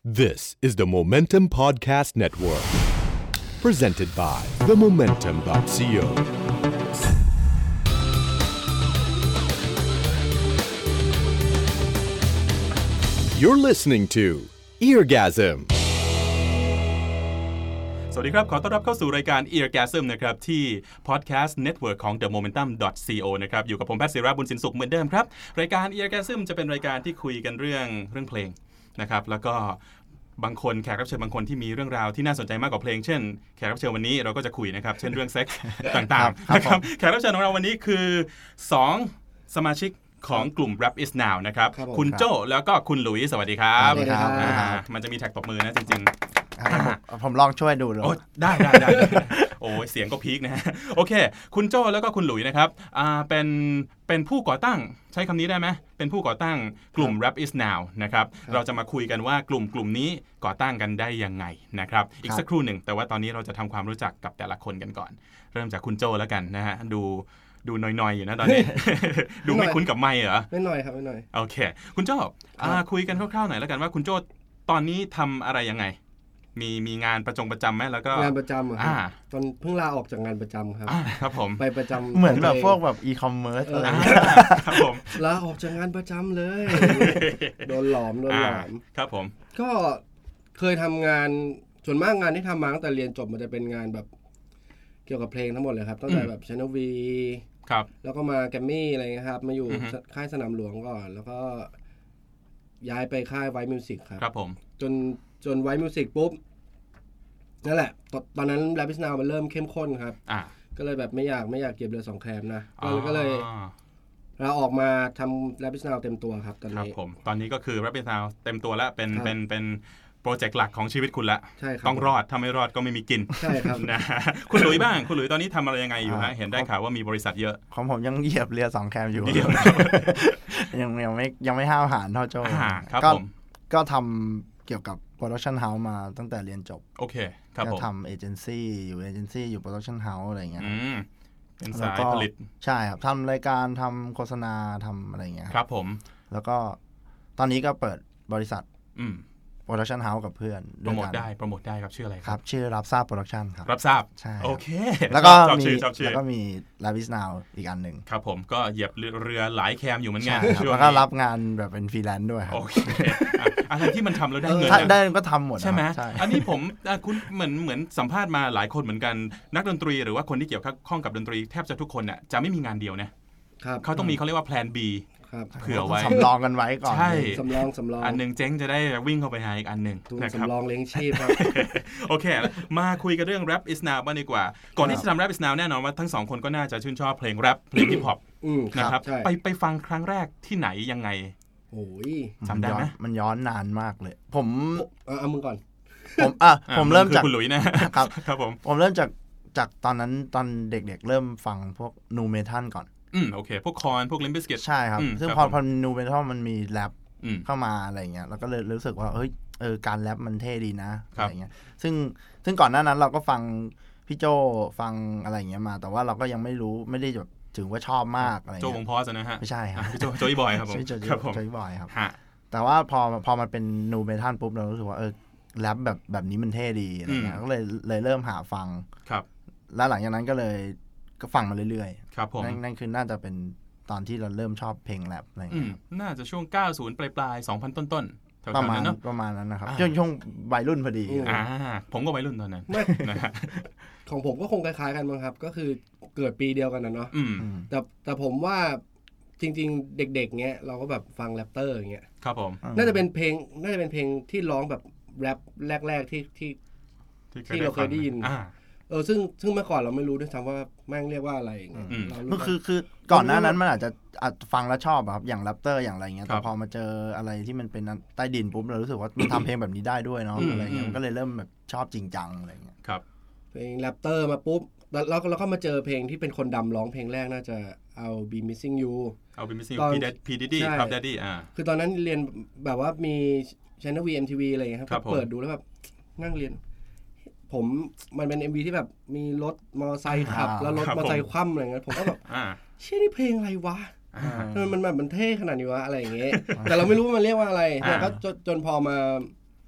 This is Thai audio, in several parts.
This is the Momentum Podcast Network, presented by themomentum.co. You're listening to Eargasm. สวัสดีครับขอต้อนรับเข้าสู่รายการ Eargasm นะครับที่ Podcast Network ของ themomentum.co นะครับอยู่กับผมแพทย์ศิระบุญสินสุขเหมือนเดิมครับรายการ Eargasm จะเป็นรายการที่คุยกันเรื่องเพลงนะครับแล้วก็บางคนแขกรับเชิญบางคนที่มีเรื่องราวที่น่าสนใจมากกว่าเพลงเช่นแขกรับเชิญวันนี้เราก็จะคุยนะครับเช่นเรื่องเซ็กส์ต่างๆนะครับแขกรับเชิญของเราวันนี้คือ2สมาชิกของกลุ่ม Rap is Now นะครับคุณโจ้แล้วก็คุณหลุยสวัสดีครับมันจะมีแท็กตบมือนะจริงๆผมลองช่วยดูเลยได้โอ้ยเสียงก็พีคนะฮะโอเคคุณโจ้แล้วก็คุณหลุยนะครับเป็นผู้ก่อตั้งใช้คำนี้ได้ไหมเป็นผู้ก่อตั้งกลุ่ม Rap is Now นะครับเราจะมาคุยกันว่ากลุ่มนี้ก่อตั้งกันได้ยังไงนะครับอีกสักครู่หนึ่งแต่ว่าตอนนี้เราจะทำความรู้จักกับแต่ละคนกันก่อนเริ่มจากคุณโจ้แล้วกันนะฮะดูนอยๆอยู่นะตอนนี้ ดูไม่คุ้นกับไมค์เหรอไม่หน่อยครับไม่หน่อยโอเคคุณโจ้คุยกันคร่าวๆหน่อยแล้วกันว่าคุณโจ้ตอนนี้ทำอะไรยังไงมีงานประจำไหมแล้วก็งานประจำตอนเพิ่งลาออกจากงานประจำครับครับผมไปประจำเหมือนแบบพวกแบบอีคอมเมิร์ซอะไรครับผมลาออกจากงานประจำเลยโดนหลอมครับผมก็เคยทำงานส่วนมากงานที่ทำมาตั้งแต่เรียนจบมันจะเป็นงานแบบเกี่ยวกับเพลงทั้งหมดเลยครับตั้งแต่แบบ Channel V ครับแล้วก็มาแกมมี่อะไรเงี้ยครับมาอยู่ค่ายสนามหลวงก่อนแล้วก็ย้ายไปค่ายไวท์มิวสิกครับครับผมจนไวท์มิวสิกปุ๊บนั่นแหละตอนนั้น Rap is Now มันเริ่มเข้มข้นครับก็เลยแบบไม่อยากเก็บเรือ2แคมนะก็เลยเราออกมาทำ Rap is Now เต็มตัวครับตอนนี้ผมตอนนี้ก็คือ Rap is Now เต็มตัวแล้วเป็นโปรเจกต์หลักของชีวิตคุณละต้องรอดถ้าไม่รอดก็ไม่มีกินใช่ครับนะคุณหลุยบ้างคุณหลุยตอนนี้ทำอะไรยังไงอยู่ฮะเห็นได้ข่าวว่ามีบริษัทเยอะของผมยังเหยียบเรือ2แคมอยู่ยังไม่ห้าวหาญเท่าโจ้ก็ทำเกี่ยวกับโปรดักชั่นเฮาส์มาตั้งแต่เรียนจบโอเคครับผมทำเอเจนซี่อยู่โปรดักชั่นเฮาส์อะไรอย่างเงี้ยเป็นสายผลิตใช่ครับทำรายการทำโฆษณาทำอะไรอย่างเงี้ยครับผมแล้วก็ตอนนี้ก็เปิดบริษัทโปรดักชั่นเฮาส์กับเพื่อนโปรโมทได้ครับชื่ออะไรครับชื่อรับทราบโปรดักชั่นครับรับทราบใช่โอเคแล้วก็มี Rap is Now อีกอันหนึ่งครับผมก็เหยียบเรือหลายแคมอยู่เหมือนกันแล้วก็รับงานแบบเป็นฟรีแลนซ์ด้วยครับโอเคอะไรที่มันทำแล้วได้เงินได้ก็ทำหมดใช่ไหมอันนี้ผมคุณเหมือนสัมภาษณ์มาหลายคนเหมือนกันนักดนตรีหรือว่าคนที่เกี่ยวข้องกับดนตรีแทบจะทุกคนเนี่ยจะไม่มีงานเดียวนะเขาต้องมีเขาเรียกว่าแพลน Bเผื่อไว้สำรองกันไว้ก่อนใช่สำรองอันนึงเจ๊งจะได้วิ่งเข้าไปหาอีกอันนึงนะครับสำรองเลี้ยงชีพครับโอเคมาคุยกันเรื่อง Rap is Now บ้างดีกว่าก่อนที่จะทำ Rap is Now แน่นอนว่าทั้ง2คนก็น่าจะชื่นชอบเพลงแรปเพลงฮิปฮอปนะครับไปฟังครั้งแรกที่ไหนยังไงโอ้ยจำได้ไหมมันย้อนนานมากเลยผมเอามึงก่อนผมเริ่มจากคุณหลุยนะครับผมเริ่มจากตอนนั้นตอนเด็กๆเริ่มฟังพวกนูเมทัลก่อนโอเคพวกคอนพวกลิมบิสกิตใช่ครับซึ่งพอนูเมทัลมันมีแรปเข้ามาอะไรเงี้ยเราก็เลยรู้สึกว่าการแรปมันเท่ดีนะอะไรเงี้ยซึ่งก่อนหน้านั้นเราก็ฟังพี่โจฟังอะไรเงี้ยมาแต่ว่าเราก็ยังไม่ได้แบบถึงว่าชอบมากอะไรโจวงพอสนะฮะไม่ใช่ครับพี่โจอีบอยครับผมโจอีบอยครับแต่ว่าพอมันเป็นนูเมทัลปุ๊บเรารู้สึกว่าแรปแบบนี้มันเท่ดีอะไรเงี้ยก็เลยเริ่มหาฟังครับแล้วหลังจากนั้นก็ฟังมาเรื่อยๆครับผมนั่นคือน่าจะเป็นตอนที่เราเริ่มชอบเพลงแรปอะไรอย่างเงี้ยน่าจะช่วง90ปลายๆ 2000 ต้นๆประมาณนั้นนะครับช่วงวัยรุ่นพอดีผมก็วัยรุ่นตอนนั้นของผมก็คงคล้ายๆกันมั้งครับก็คือเกิดปีเดียวกันนะเนาะแต่ผมว่าจริงๆเด็กๆเงี้ยเราก็แบบฟังแรปเตอร์อย่างเงี้ยครับผมน่าจะเป็นเพลงที่ร้องแบบแรปแรกๆที่เราเคยได้ยินซึ่งเมื่อก่อนเราไม่รู้ด้วยซ้ำว่าแม่งเรียกว่าอะไรคือก่อนหน้านั้นมันอาจจะฟังแล้วชอบครับอย่างแรปเตอร์อย่างอะไรเงี้ยแต่พอมาเจออะไรที่มันเป็นใต้ดินปุ๊บเรารู้สึกว่ามันทำเพลงแบบนี้ได้ด้วยเนาะอะไรเงี้ยก็เลยเริ่มแบบชอบจริงจังอะไรเงี้ยครับเพลงแรปเตอร์มาปุ๊บแล้วก็มาเจอเพลงที่เป็นคนดำร้องเพลงแรกน่าจะI'll be missing you I'll be missing you P Diddy Puff Daddy คือตอนนั้นเรียนแบบว่ามี Channel V MTV อะไรเงี้ยครับเปิดดูแล้วแบบนั่งเรียนมันเป็น MV ที่แบบมีรถมอเตอร์ไซค์ขับแล้วรถมอเตอร์ไซค์คว่ำอะไรเงี้ยผมก็แบบเชี่ยนี่เพลงอะไรวะมันแบบมันเท่ขนาดนี้วะอะไรอย่างเงี้ยแต่เราไม่รู้ว่ามันเรียกว่าอะไรแล้วก็จนพอมา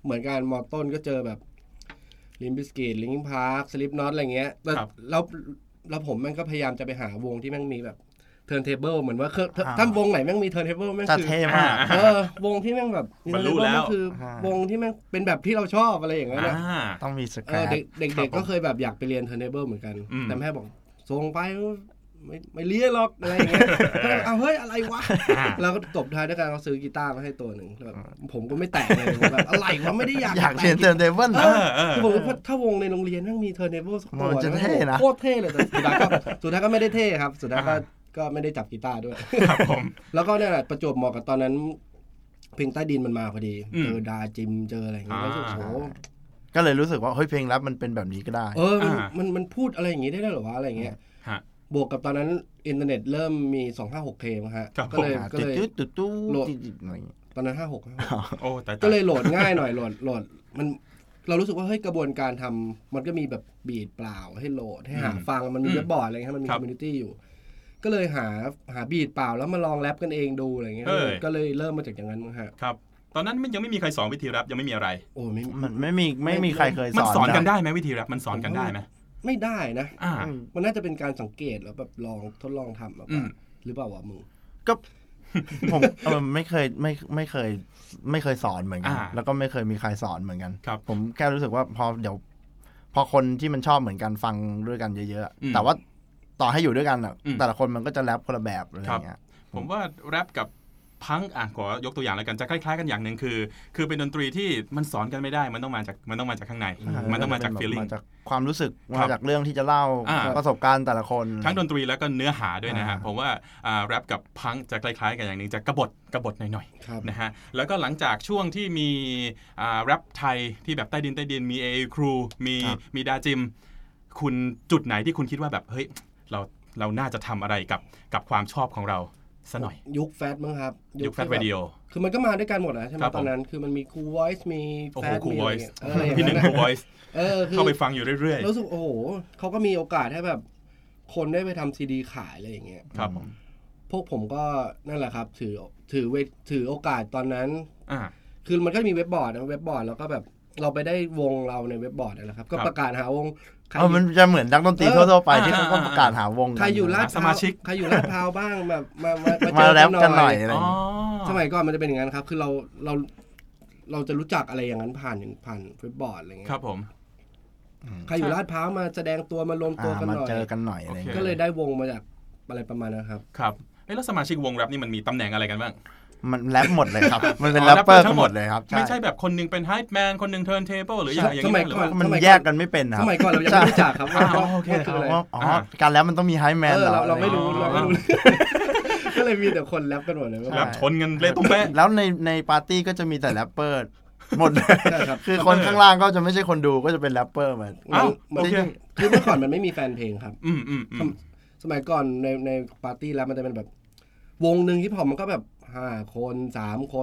เหมือนกันมอต้นก็เจอแบบลิมบิสกิตลิงค์พาร์คสลิปน็อตอะไรเงี้ยแล้วผมแม่งก็พยายามจะไปหาวงที่แม่งมีแบบเทิร์นเทเบิลเหมือนว่าถ้าวงไหนแม่งมีเทิร์นเทเบิลแม่งคือเท่มากวงที่แม่งแบบบรรลุแล้วคือวงที่แม่งเป็นแบบที่เราชอบอะไรอย่างเงี้ยต้องมีสแครปเด็กๆก็เคยแบบอยากไปเรียนเทิร์นเทเบิลเหมือนกันแต่แม่บอกส่งไปไม่เรียนหรอกอะไรอย่างเงี้ยเอาเฮ้ยอะไรวะแล้วก็ตบท้ายด้วยการเขาซื้อกีตาร์มาให้ตัวหนึ่งแบบผมก็ไม่แตะเลยแบบอะไรวะไม่ได้อยากเรียนเทิร์นเทเบิลผมว่าถ้าวงในโรงเรียนนั่งมีเทิร์นเทเบิลสักตัวจะเท่นะโคตรเท่เลยแต่สุดท้ายก็ไม่ได้เท่ครับสุดท้ายก็ไม่ได้จับกีตาร์ด้วยครับผมแล้วก็เนี่ยแหละประจวบเหมาะกับตอนนั้นเพลงใต้ดินมันมาพอดีเจอดาจิมเจออะไรอย่างเงี้ยแล้วโหก็เลยรู้สึกว่าเฮ้ยเพลงแรปมันเป็นแบบนี้ก็ได้มันพูดอะไรอย่างงี้ได้ด้วยเหรอวะอะไรอย่างเงี้ยบวกกับตอนนั้นอินเทอร์เน็ตเริ่มมี 256K มั้งฮะก็เลยโหลดตอนนั้น56โอ้แต่ก็เลยโหลดง่ายหน่อยโหลดมันเรารู้สึกว่าเฮ้ยกระบวนการทำมันก็มีแบบบีทเปล่าให้โหลดให้หาฟังมันมีเว็บบอร์ดอะไรเงี้ยมันมีคอมมูนิตี้อยู่ก็เลยหาบีทเปล่าแล้วมาลองแรปกันเองดูอะไรเงี้ยก็เลยเริ่มมาจากอย่างนั้นมั้งฮะครับตอนนั้นมันยังไม่มีใครสอนวิธีแรปยังไม่มีอะไรโอ้มันไม่มีใครเคยสอนมันสอนกันได้ไหมวิธีแรปมันสอนกันได้ไหมไม่ได้นะมันน่าจะเป็นการสังเกตแล้วแบบลองทดลองทำแบบหรือเปล่าวะมึงก็ผมไม่เคยสอนเหมือนกันแล้วก็ไม่เคยมีใครสอนเหมือนกันผมแค่รู้สึกว่าพอคนที่มันชอบเหมือนกันฟังด้วยกันเยอะๆแต่ว่าต่อให้อยู่ด้วยกันแต่ละคนมันก็จะแรปคนละแบบอะไรอย่างเงี้ยผมว่าแรปกับพังขอยกตัวอย่างแล้วกันจะคล้ายๆกันอย่างหนึ่งคือเป็นดนตรีที่มันสอนกันไม่ได้มันต้องมาจากข้างในมันต้องมาจาก feeling มาจากความรู้สึกมาจากเรื่องที่จะเล่าประสบการณ์แต่ละคนทั้งดนตรีแล้วก็เนื้อหาด้วยนะฮะผมว่าแรปกับพังจะคล้ายๆกันอย่างนึงจะกบฏหน่อยๆนะฮะแล้วก็หลังจากช่วงที่มีแรปไทยที่แบบใต้ดินมีเอครูมีดาจิมคุณจุดไหนที่คุณคิดว่าแบบเฮ้ยเราน่าจะทำอะไรกับความชอบของเราซะหน่อยยุคแฟตมั้งครับยุคแฟตวิดีโอคือมันก็มาด้วยกันหมดนะใช่ไหมตอนนั้นคือมันมีคูลวอยซ์มีแฟตมีอะไรพี่หนึ่งคูลวอยซ์เข้าไปฟังอยู่เรื่อยๆรู้สึกโอ้โหเขาก็มีโอกาสให้แบบคนได้ไปทำซีดีขายอะไรอย่างเงี้ยครับพวกผมก็นั่นแหละครับถือโอกาสตอนนั้นคือมันก็มีเว็บบอร์ดแล้วก็แบบเราไปได้วงเราในเว็บบอร์ดนะครับก็ประกาศหาวงมันจะเหมือนนักดนตรีทั่วๆไปที่เขาก็ประกาศหาวงใครอยู่ลาดสมาชิกใครอยู่ลาดพร้าวบ้างแบบมาแรปกันหน่อยอะไรสมัยก่อนมันจะเป็นอย่างนั้นครับคือเราจะรู้จักอะไรอย่างนั้นผ่านเว็บบอร์ดอะไรเงี้ยครับผมใครอยู่ลาดพร้าวมาแสดงตัวมารวมตัวกันหน่อยมาเจอกันหน่อยอะไรก็เลยได้วงมาจากอะไรประมาณนั้นครับครับแล้วสมาชิกวงแรปนี่มันมีตำแหน่งอะไรกันบ้างมันแรปหมดเลยครับมันเป็นแรปเปอร์ทั้งหมดเลยครับไม่ใช่แบบคนนึงเป็นไฮป์แมนคนนึงเทิร์นเทเบิลหรืออย่างนี้หรือว่ามันแยกกันไม่เป็นครับสมัยก่อนเรายังไม่รู้จักครับว่าคืออะไรการแรปมันต้องมีไฮป์แมนเราไม่รู้ก็เลยมีแต่คนแรปกันหมดเลยแรปชนกันเละตุ้มแปะแล้วในปาร์ตี้ก็จะมีแต่แรปเปอร์หมดคือคนข้างล่างก็จะไม่ใช่คนดูก็จะเป็นแรปเปอร์มาคือเมื่อก่อนมันไม่มีแฟนเพลงครับสมัยก่อนในปาร์ตี้แล้วมันจะเป็นแบบวงหนึ่งที่ผมมันก็แบบ5 คน3 คน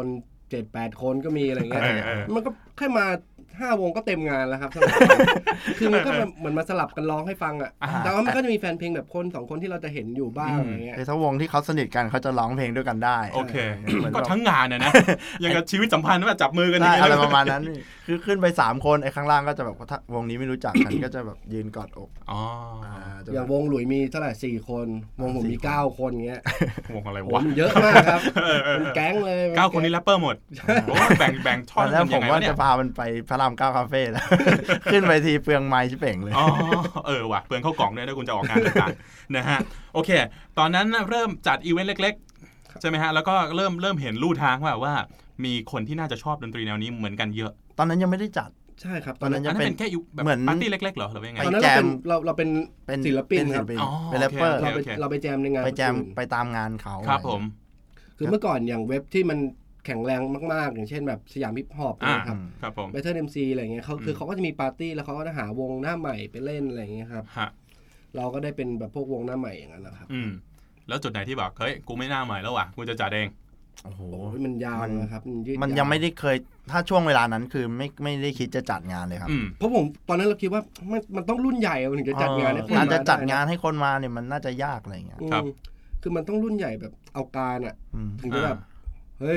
7-8 คนก็มีอะไรเงี้ยมันก็แค่มา5 วงก็เต็มงานแล้วครับคือมันก็เหมือนมาสลับกันร้องให้ฟังอ่ะแต่ว่ามันก็จะมีแฟนเพลงแบบคน2 คนที่เราจะเห็นอยู่บ้างอะไรเงี้ยถ้าวงที่เขาสนิทกันเขาจะร้องเพลงด้วยกันได้โอเคก็ทั้งงานนะอย่างกับชีวิตสัมพันธ์ว่าจับมือกันอะไรประมาณนั้นคือขึ้นไป3 คนไอ้ข้างล่างก็จะแบบถ้าวงนี้ไม่รู้จักกันก็จะแบบยืนกอดอกอย่างวงหลุยมีเท่าไหร่4 คนวงผมมี9 คนเงี้ยวงอะไรวะเยอะมากครับเป็นแก๊งเลย 9 คนนี้แรปเปอร์หมดแบ่งท่อนแล้วผมว่าจะพามันไปพระราม9คาเฟ่แล้วขึ้นไปทีเปลืองไม้ชิเป่งเลยว่ะเปลืองเข้ากล่องด้วยถ้าคุณจะออกงานต่างๆนะฮะโอเคตอนนั้นเริ่มจัดอีเวนต์เล็กๆใช่ไหมฮะแล้วก็เริ่มเห็นลู่ทางว่ามีคนที่น่าจะชอบดนตรีแนวนี้เหมือนกันเยอะตอนนั้นยังไม่ได้จัดใช่ครับตอนนั้นยังเป็นแค่แบบปาร์ตี้เล็กๆเหรอหรือว่ายังไงตอนนั้นเราเป็นศิลปินครับเป็นแรปเปอร์เราไปแจมในงานไปตามงานเขาครับผมคือเมื่อก่อนอย่างเว็บที่มันแข็งแรงมากๆอย่างเช่นแบบสยามฮิปฮอปนะครับเบเทอร์เอ็มซีอะไรเงี้ยเขาก็จะมีปาร์ตี้แล้วเขาก็จะหาวงหน้าใหม่ไปเล่นอะไรเงี้ยครับเราก็ได้เป็นแบบพวกวงหน้าใหม่อย่างนั้นนะครับแล้วจุดไหนที่บอกเฮ้ยกูไม่หน้าใหม่แล้วว่ะกูจะจัดเองโอ้โหมันยาวนะครับมันยังไม่ได้เคยถ้าช่วงเวลานั้นคือไม่ได้คิดจะจัดงานเลยครับเพราะผมตอนนั้นเราคิดว่ามันต้องรุ่นใหญ่ถึงจะจัดงานการจะจัดงานให้คนมาเนี่ยมันน่าจะยากอะไรเงี้ยคือมันต้องรุ่นใหญ่แบบเอาการอ่ะถึงจะแบบเฮ้ย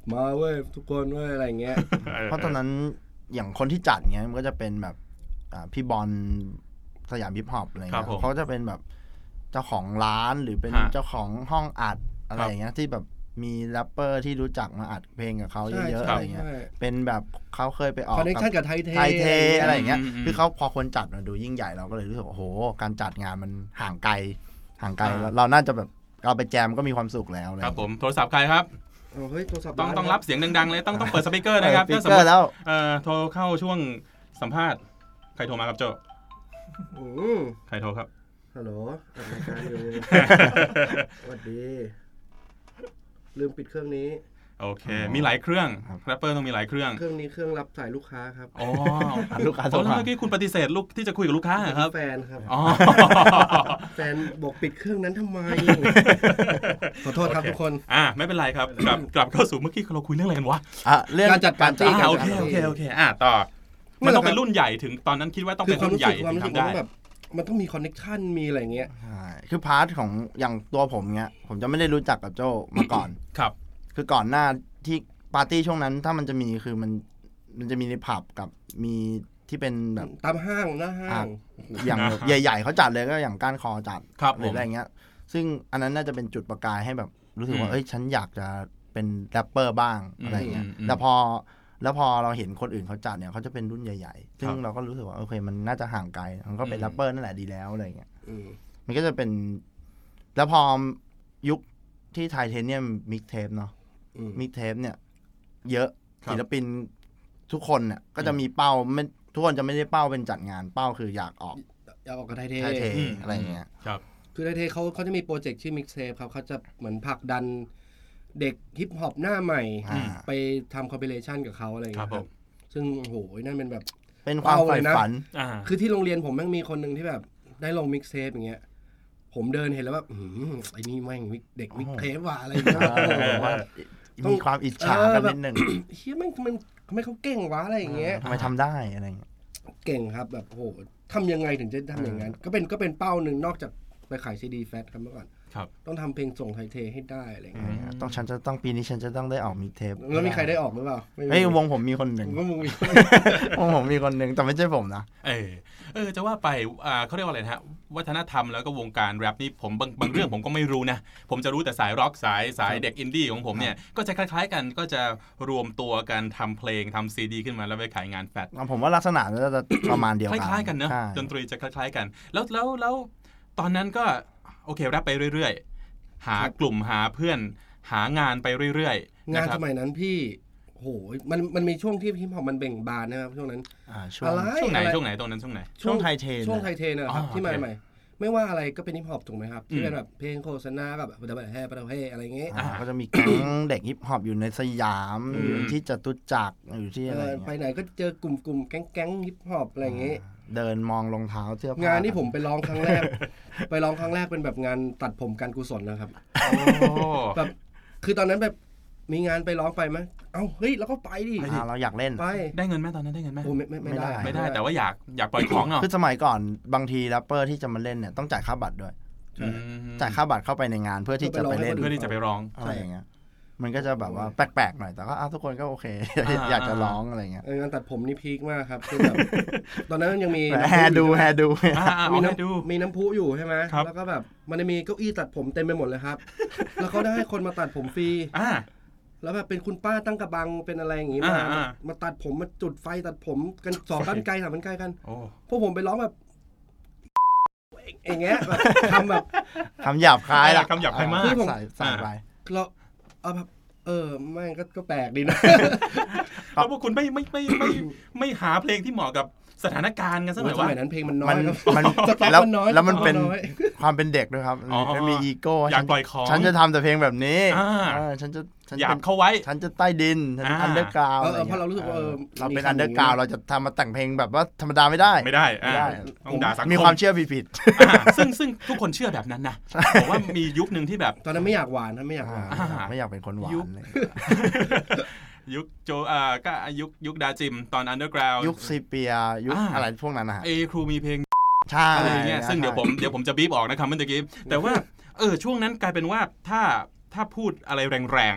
มาเว้ยทุกคนเว้ยอะไรเงี้ยเพราะตอนนั้นอย่างคนที่จัดเงี้ยมันก็จะเป็นแบบพี่บอลสยามฮิปฮอปอะไรเงี้ยเขาจะเป็นแบบเจ้าของร้านหรือเป็นเจ้าของห้องอัดอะไรอย่างเงี้ยที่แบบมีแรปเปอร์ที่รู้จักมาอัดเพลงกับเขาเยอะๆอะไรเงี้ยเป็นแบบเขาเคยไปออกคอนเนคชั่นกับไทเทอะไรอย่างเงี้ยคือเขาพอคนจัดมันดูยิ่งใหญ่เราก็เลยรู้สึกโอ้โหการจัดงานมันห่างไกลเราน่าจะแบบเราไปแจมก็มีความสุขแล้วครับผมโทรศัพท์ใครครับเฮ้ยโทรศัพท์ต้องรับเสียงดังๆเลยต้องเปิดสปีกเกอร์นะครับถ้าสมมติแล้วโทรเข้าช่วงสัมภาษณ์ใครโทรมาครับโจใครโทรครับฮัลโหลอัดรายการอยู่สวัสดีลืมปิดเครื่องนี้โอเคมีหลายเครื่องแรปเปอร์ต้องมีหลายเครื่องนี้เครื่องรับสายลูกค้าครับอ๋อลูกค้าตอนเมื่อกี้คุณปฏิเสธลูกที่จะคุยกับลูกค้าครับแฟนครับแฟนบอกปิดเครื่องนั้นทำไมขอโทษครับทุกคนไม่เป็นไรครับกลับเข้าสู่เมื่อกี้เราคุยเรื่องอะไรกันวะเรื่องการจัดปาร์ตี้โอเคต่อมันต้องเป็นรุ่นใหญ่ถึงตอนนั้นคิดว่าต้องเป็นรุ่นใหญ่ถึงทำได้มันต้องมีคอนเนคชั่นมีอะไรเงี้ยใช่คือพาร์ทของอย่างตัวผมเงี้ยผมจะไม่ได้รู้จักกับโจ้มาก่อนครับคือก่อนหน้าที่ปาร์ตี้ช่วงนั้นถ้ามันจะมีคือมันจะมีในผับกับมีที่เป็นแบบตามห้างหน้าห้างอย่างใหญ่ๆเขาจัดเลยก็อย่างก้านคอจัดหรืออะไรเงี้ยซึ่งอันนั้นน่าจะเป็นจุดประกายให้แบบรู้สึกว่าเอ้ยฉันอยากจะเป็นแรปเปอร์บ้างอะไรเงี้ยแล้วพอเราเห็นคนอื่นเขาจัดเนี่ยเขาจะเป็นรุ่นใหญ่ๆซึ่งเราก็รู้สึกว่าโอเคมันน่าจะห่างไกลมันก็เป็นแรปเปอร์นั่นแหละดีแล้วอะไรเงี้ยมันก็จะเป็นแล้วพอยุคที่ไทเทเนียมมิกเทปเนาะมิกเทปเนี่ยเยอะศิลปินทุกคนเนี่ยก็จะมีเป้าไม่ทุกคนจะไม่ได้เป้าเป็นจัดงานเป้าคืออยากออกกับไทเทอะไรเงี้ยคือไทเทเขาจะมีโปรเจกต์ชื่อมิกเทปครับเขาจะเหมือนผลักดันเด็กฮิปฮอปหน้าใหม่ไปทำคอมพิเลชันกับเขาอะไรอย่างเงี้ยครับซึ่งโหนั่นเป็นแบบเป็นความใฝ่ฝันคือที่โรงเรียนผมแม่งมีคนนึงที่แบบได้ลงมิกเทปอย่างเงี้ยผมเดินเห็นแล้วแบบไอ้นี่แม่งเด็กมิกเทปว่ะอะไรอย่างเงี้ยมีความอิจฉากันนิดนึงเฮียมันทำไมเขาเก่งวะอะไรอย่างเงี้ยทำไมทำได้อะไรเงี้ยเก่งครับแบบโหทำยังไงถึงจะทำอย่างนั้นก็เป็นเป้าหนึ่งนอกจากไปขายซีดีแฟตครับเมื่อก่อนต้องทำเพลงส่งไทเทให้ได้อะไรอย่างเงี้ยต้องปีนี้ฉันจะต้องได้ออกมิกเทปแล้วมีใครได้ออกหรือเปล่าไม่วงผมมีคนหนึ่งวงผมมีคนหนึ่งแต่ไม่ใช่ผมนะจะว่าไปเขาเรียกว่าอะไรนะฮะวัฒนธรรมแล้วก็วงการแรปนี่ผมบางเรื่องผมก็ไม่รู้นะผมจะรู้แต่สายร็อกสายเด็กอินดี้ของผมเนี่ยก็จะคล้ายๆกันก็จะรวมตัวกันทำเพลงทำซีดีขึ้นมาแล้วไปขายงานแฟตผมว่าลักษณะจะประมาณเดียวกันคล้ายๆกันเนอะดนตรีจะคล้ายๆกันแล้วตอนนั้นก็โอเคแรปไปเรื่อยๆหากลุ่มหาเพื่อนหางานไปเรื่อยๆงานสมัยนั้นพี่โหมันมีช่วงที่ฮิปฮอปมันเบ่งบานนะครับช่วงนั้นช่วงไหนตรงนั้นช่วงไหนช่วงไทเทนะครับที่ใหม่ๆไม่ว่าอะไรก็เป็นฮิปฮอปถูกไหมครับที่เป็นแบบเพลงโฆษณาแบบปะเทอะไรเงี้ยก็จะมีแก๊งเด็กฮิปฮอปอยู่ในสยามอยู่ที่จตุจักรอยู่ที่อะไรไปไหนก็เจอกลุ่มแก๊งฮิปฮอปอะไรเงี้ยเดินมองรองเท้าเสื้อผ้างานที่ผมไปร้องครั้งแรกเป็นแบบงานตัดผมการกุศลนะครับแบบคือตอนนั้นแบบมีงานไปร้องไปไหมเฮ้ยเราก็ไปดิเราอยากเล่นไปได้เงินไหมตอนนั้นได้เงินไหมไม่ได้แต่ว่าอยากปล่อยของเนาะคือสมัยก่อนบางทีแรปเปอร์ที่จะมาเล่นเนี่ยต้องจ่ายค่าบัตรด้วยจ่ายค่าบัตรเข้าไปในงานเพื่อที่จะไปเล่นเพื่อที่จะไปร้องอะไรอย่างเงี้ยมันก็จะแบบว่าแปลกๆหน่อยแต่ก็ทุกคนก็โอเคอยากจะร้องอะไรเงี้ยงานตัดผมนี่พีคมากครับคือแบบตอนนั้นยังมีแฮร์ดูมีน้ำพุอยู่ใช่ไหมแล้วก็แบบมันจะมีเก้าอี้ตัดผมเต็มไปหมดเลยครับแล้วเขาได้ให้คนมาตัดผมฟรีแล้วแบบเป็นคุณป้าตั้งกระบังเป็นอะไรอย่างงี้มาตัดผมมาจุดไฟตัดผมกัน2 ด้านไกล3 ด้านไกลกันพวกผมไปร้องแบบอย่างเงี้ยแบบคำหยาบคายล่ะคำหยาบคายมากใส่ไปเราแบบไม่ก็แปลกดีนะเพราะพวกคุณไม่หาเพลงที่เหมาะกับสถานการณ์กันซะหน่อยว่าสมัยนั้นเพลงมันน้อยแล้วมันเป็นความเป็นเด็กด้วยครับมันมีอีโก้อยากปล่อยของฉันจะทำแต่เพลงแบบนี้ฉันจะอยากเข้าไว้ฉันจะใต้ดินฉันอันเดอร์กราวด์เพราะเรารู้สึกว่าเราเป็นอันเดอร์กราวด์เราจะทำมาแต่งเพลงแบบว่าธรรมดาไม่ได้ต้องด่าสังคมมีความเชื่อผิดซึ่งทุกคนเชื่อแบบนั้นนะบอกว่ามียุคนึงที่แบบตอนนั้นไม่อยากหวานไม่อยากเป็นคนหวานเลยยุคโจก็ยุคดาจิมตอนอันเดอร์กราวด์ยุคซีเปียยุคอะไรพวกนั้นนะฮะครูมีเพลงใช่อะไรเงี้ยซึ่งเดี๋ยวผมจะบีบออกนะครับเมื่อกี้แต่ว่าช่วงนั้นกลายเป็นว่าถ้าพูดอะไรแรง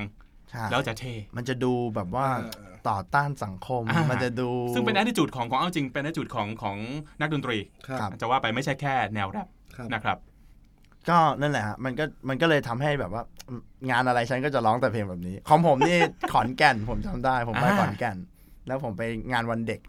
แล้วจะเท่มันจะดูแบบว่าต่อต้านสังคมมันจะดูซึ่งเป็นattitudeของเอาจริงเป็นattitudeของนักดนตรีจะว่าไปไม่ใช่แค่แนวแรปนะครับก็นั่นแหละฮะมันก็เลยทำให้แบบว่างานอะไรฉันก็จะร้องแต่เพลงแบบนี้ของผมนี่ขอนแก่นผมจำได้ผมไปขอนแก่นแล้วผมไปงานวันเด็ก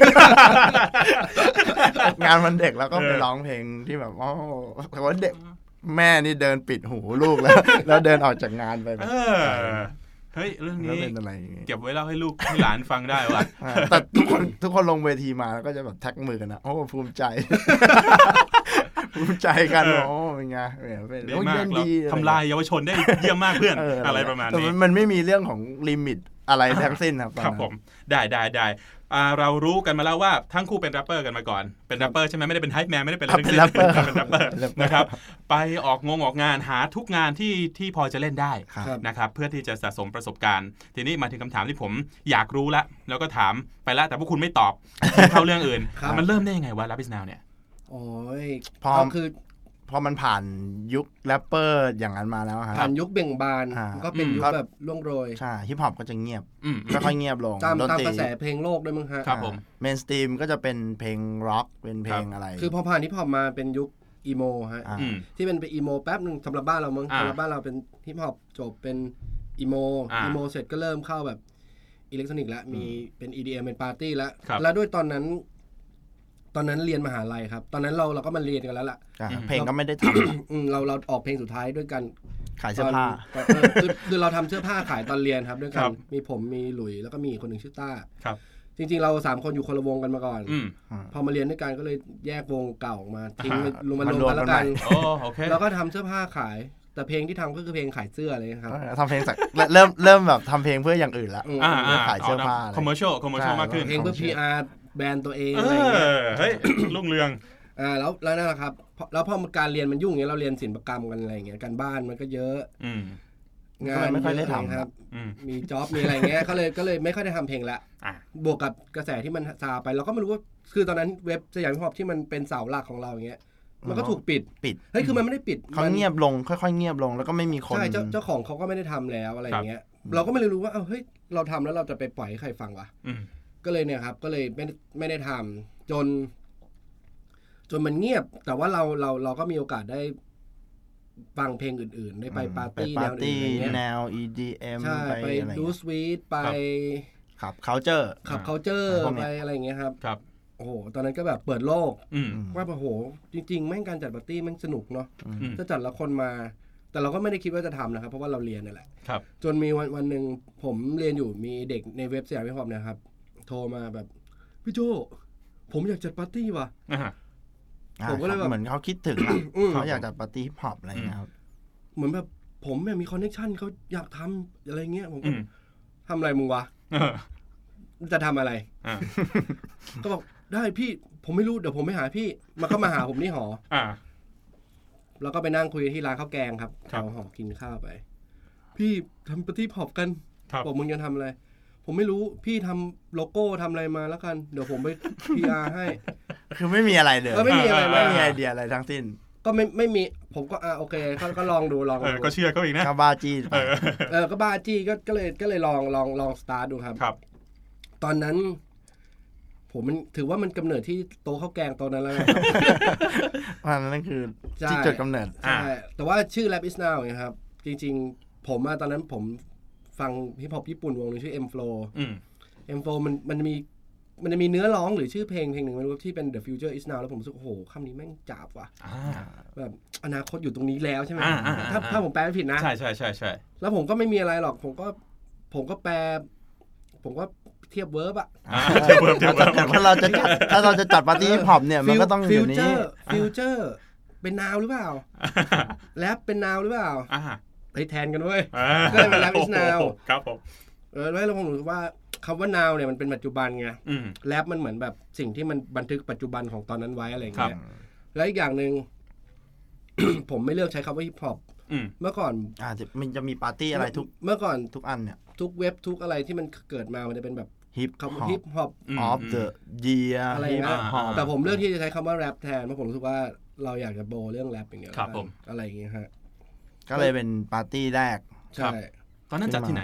งานวันเด็กแล้วก็ไปร้องเพลงที่แบบว่าเด็กแม่นี่เดินปิดหูลูกแล้วเดินออกจากงานไปแบบเฮ้ยเรื่องนี้เก็บไว้เล่าให้ลูกให้หลานฟังได้ว่ะแต่ทุกคนลงเวทีมาแล้วก็จะแบบแท็กมือกันนะโอ้ภูมิใจภูมิใจกันโอ้เป็นไงดีมากทำลายเยาวชนได้เยี่ยมมากเพื่อนอะไรประมาณนี้มันไม่มีเรื่องของลิมิตอะไรทั้งสิ้นครับผมได้เรารู้กันมาแล้วว่าทั้งคู่เป็นแรปเปอร์กันมาก่อนเป็นแรปเปอร์ใช่ไหมไม่ได้เป็นไฮป์แมนไม่ได้เป็นอะไรเป็นแรปเปอร์นะครับไปออกงานหาทุกงานที่พอจะเล่นได้นะครับเพื่อที่จะสะสมประสบการณ์ทีนี้มาถึงคำถามที่ผมอยากรู้แล้วก็ถามไปแล้วแต่พวกคุณไม่ตอบเข้าเรื่องอื่นมันเริ่มได้ยังไงวะ Rap is Now เนี่ยโอ้ยพอมันผ่านยุคแรปเปอร์อย่างนั้นมาแล้วครับผ่านยุคเบ่งบานก็เป็นยุคแบบล่วงโรยใช่ฮิปฮอปก็จะเงียบค่อยๆเงียบลงตามกระแสเพลงโลกด้วยมั้งฮะครับผมเมนสตรีมก็จะเป็นเพลงร็อกเป็นเพลงอะไรคือพอผ่านฮิปฮอปมาเป็นยุคอีโมฮะที่เป็นอีโมแป๊บนึงสำหรับบ้านเรามั้งสำหรับบ้านเราเป็นฮิปฮอปจบเป็นอีโมเสร็จก็เริ่มเข้าแบบอิเล็กทรอนิกส์แล้วมีเป็น EDM เป็นปาร์ตี้แล้วด้วยตอนนั้นเรียนมหาลัยครับตอนนั้นเราก็มาเรียนกันแล้วล่ะเพลงก็ไม่ได้ทำเราออกเพลงสุดท้ายด้วยกันขายเสื้อผ้าคือเราทำเสื้อผ้าขายตอนเรียนครับด้วยกันมีผมมีหลุยแล้วก็มีคนหนึ่งชื่อต้าจริงๆเรา3คนอยู่คนละวงกันมาก่อนพอมาเรียนด้วยกันก็เลยแยกวงเก่าออกมาทิ้งรวมกันแล้วกันแล้วก็ทำเสื้อผ้าขายแต่เพลงที่ทำก็คือเพลงขายเสื้ออะไรครับทำเพลงสักเริ่มแบบทำเพลงเพื่ออย่างอื่นละขายเสื้อผ้า commercial มากขึ้นเพลงเพื่อ PRแบรนด์ตัวเองอะไรเงี้ยเฮ้ยรุ่งเรืองแล้วนั่นแหละครับแล้วพอการเรียนมันยุ่งอย่างเงี้ยเราเรียนศิลปกรรมกันอะไรเงี้ยการบ้านมันก็เยอะงานไม่ค่อยได้ทำครับมีจ็อบมีอะไรเงี้ยก็เลยไม่ค่อยได้ทำเพลงละบวกกับกระแสที่มันซาไปเราก็ไม่รู้ว่าคือตอนนั้นเว็บสยามฮิปฮอปที่มันเป็นเสาหลักของเราอย่างเงี้ยมันก็ถูกปิดเฮ้ยคือมันไม่ได้ปิดเขาเงียบลงค่อยๆเงียบลงแล้วก็ไม่มีคนใช่เจ้าของเขาก็ไม่ได้ทำแล้วอะไรเงี้ยเราก็ไม่รู้ว่าเฮ้ยเราทำแล้วเราจะไปปล่อยให้ใครฟังวะก็เลยเนี่ยครับก็เลยไม่ได้ทำจนมันเงียบแต่ว่าเราก็มีโอกาสได้ฟังเพลงอื่นๆได้ไปปาร์ตี้แนวอื่นอะไรเงี้ยแนว EDM ไปดูสวีทไปขับ culture ไปอะไรเงี้ยครับโอ้โหตอนนั้นก็แบบเปิดโลกว่าโอ้โหจริงๆแม่งการจัดปาร์ตี้แม่งสนุกเนาะถ้าจัดละคนมาแต่เราก็ไม่ได้คิดว่าจะทำนะครับเพราะว่าเราเรียนนี่แหละจนมีวันหนึ่งผมเรียนอยู่มีเด็กในเว็บสยามฮิปฮอปนะครับโทรมาแบบพี่โจผมอยากจัดปาร์ตี้ว่ะผมก็เลยแบบเหมือนเขาคิดถึงเขาอยากจัดปาร์ตี้ฮิปฮอปอะไรเงี้ยครับเหมือนแบบผมมีคอนเนคชั่นเขาอยากทำอะไรเงี้ยผมก็ทำอะไรมึงวะจะทำอะไรก็บอกได้พี่ผมไม่รู้เดี๋ยวผมไปหาพี่ก็มาหาผมที่หอแล้วก็ไปนั่งคุยที่ร้านข้าวแกงครับเอาหอกินข้าวไปพี่ทำปาร์ตี้ฮิปฮอปกันบอกมึงจะทำอะไรผมไม่รู้พี่ทำโลโก้ทำอะไรมาแล้วกันเดี๋ยวผมไป PR ให้คือไม่มีอะไรเลยไม่มีอะไรไม่มีไอเดียอะไรทั้งสิ้นก็ไม่มีผมก็โอเคก็ลองดูก็เชื่อเขาอีกนะก็บ้าจี้ก็บ้าจี้ก็เลยลองสตาร์ทดูครับตอนนั้นผมมันถือว่ามันกำเนิดที่โตข้าวแกงตอนนั้นแล้วนั่นคือที่จุดกำเนิดใช่แต่ว่าชื่อ Rap is Now นะครับจริงๆผมตอนนั้นผมฟังฮิปฮอปญี่ปุ่นวงนึงชื่อ M-Flow M-Flow มันจะมีเนื้อร้องหรือชื่อเพลงหนึ่งไม่รู้ที่เป็น The Future is Now แล้วผมรู้สึกโอ้โหคำนี้แม่งจับว่ะแบบอนาคตอยู่ตรงนี้แล้วใช่ไหมถ้าผมแปลไม่ผิดนะใช่แล้วผมก็ไม่มีอะไรหรอกผมก็แปลผมก็เทียบเวิร์บอะถ้าเราจะจัดปาร์ตี้ฮิปฮอปเนี่ยมันก็ต้องอยู่นี้ฟิวเจอร์เป็นนาวหรือเปล่าแรปเป็นนาวหรือเปล่าไปแทนกันเว้ยก็เลยเป็น Rap is Now ครับผมแล้วผมรู้สึกว่าคำว่า now เนี่ยมันเป็นปัจจุบันไงแรปมันเหมือนแบบสิ่งที่มันบันทึกปัจจุบันของตอนนั้นไว้อะไรอย่างเงี้ยแล้วอีกอย่างนึง ผมไม่เลือกใช้คำว่าฮิปฮอปเมื่อก่อนมันจะมีปาร์ตี้อะไรทุกเมื่อก่อนทุกอันเนี่ยทุกเว็บทุกอะไรที่มันเกิดมามันจะเป็นแบบฮิปฮอป of the year อะไรอย่างเงี้ยแต่ผมเลือกที่จะใช้คำว่าแรปแทนเพราะผมรู้สึกว่าเราอยากจะโบเรื่องแรปอย่างเงี้ยอะไรอย่างเงี้ยฮะก็เลยเป็นปาร์ตี้แรกใช่ตอนนั้นจัดที่ไหน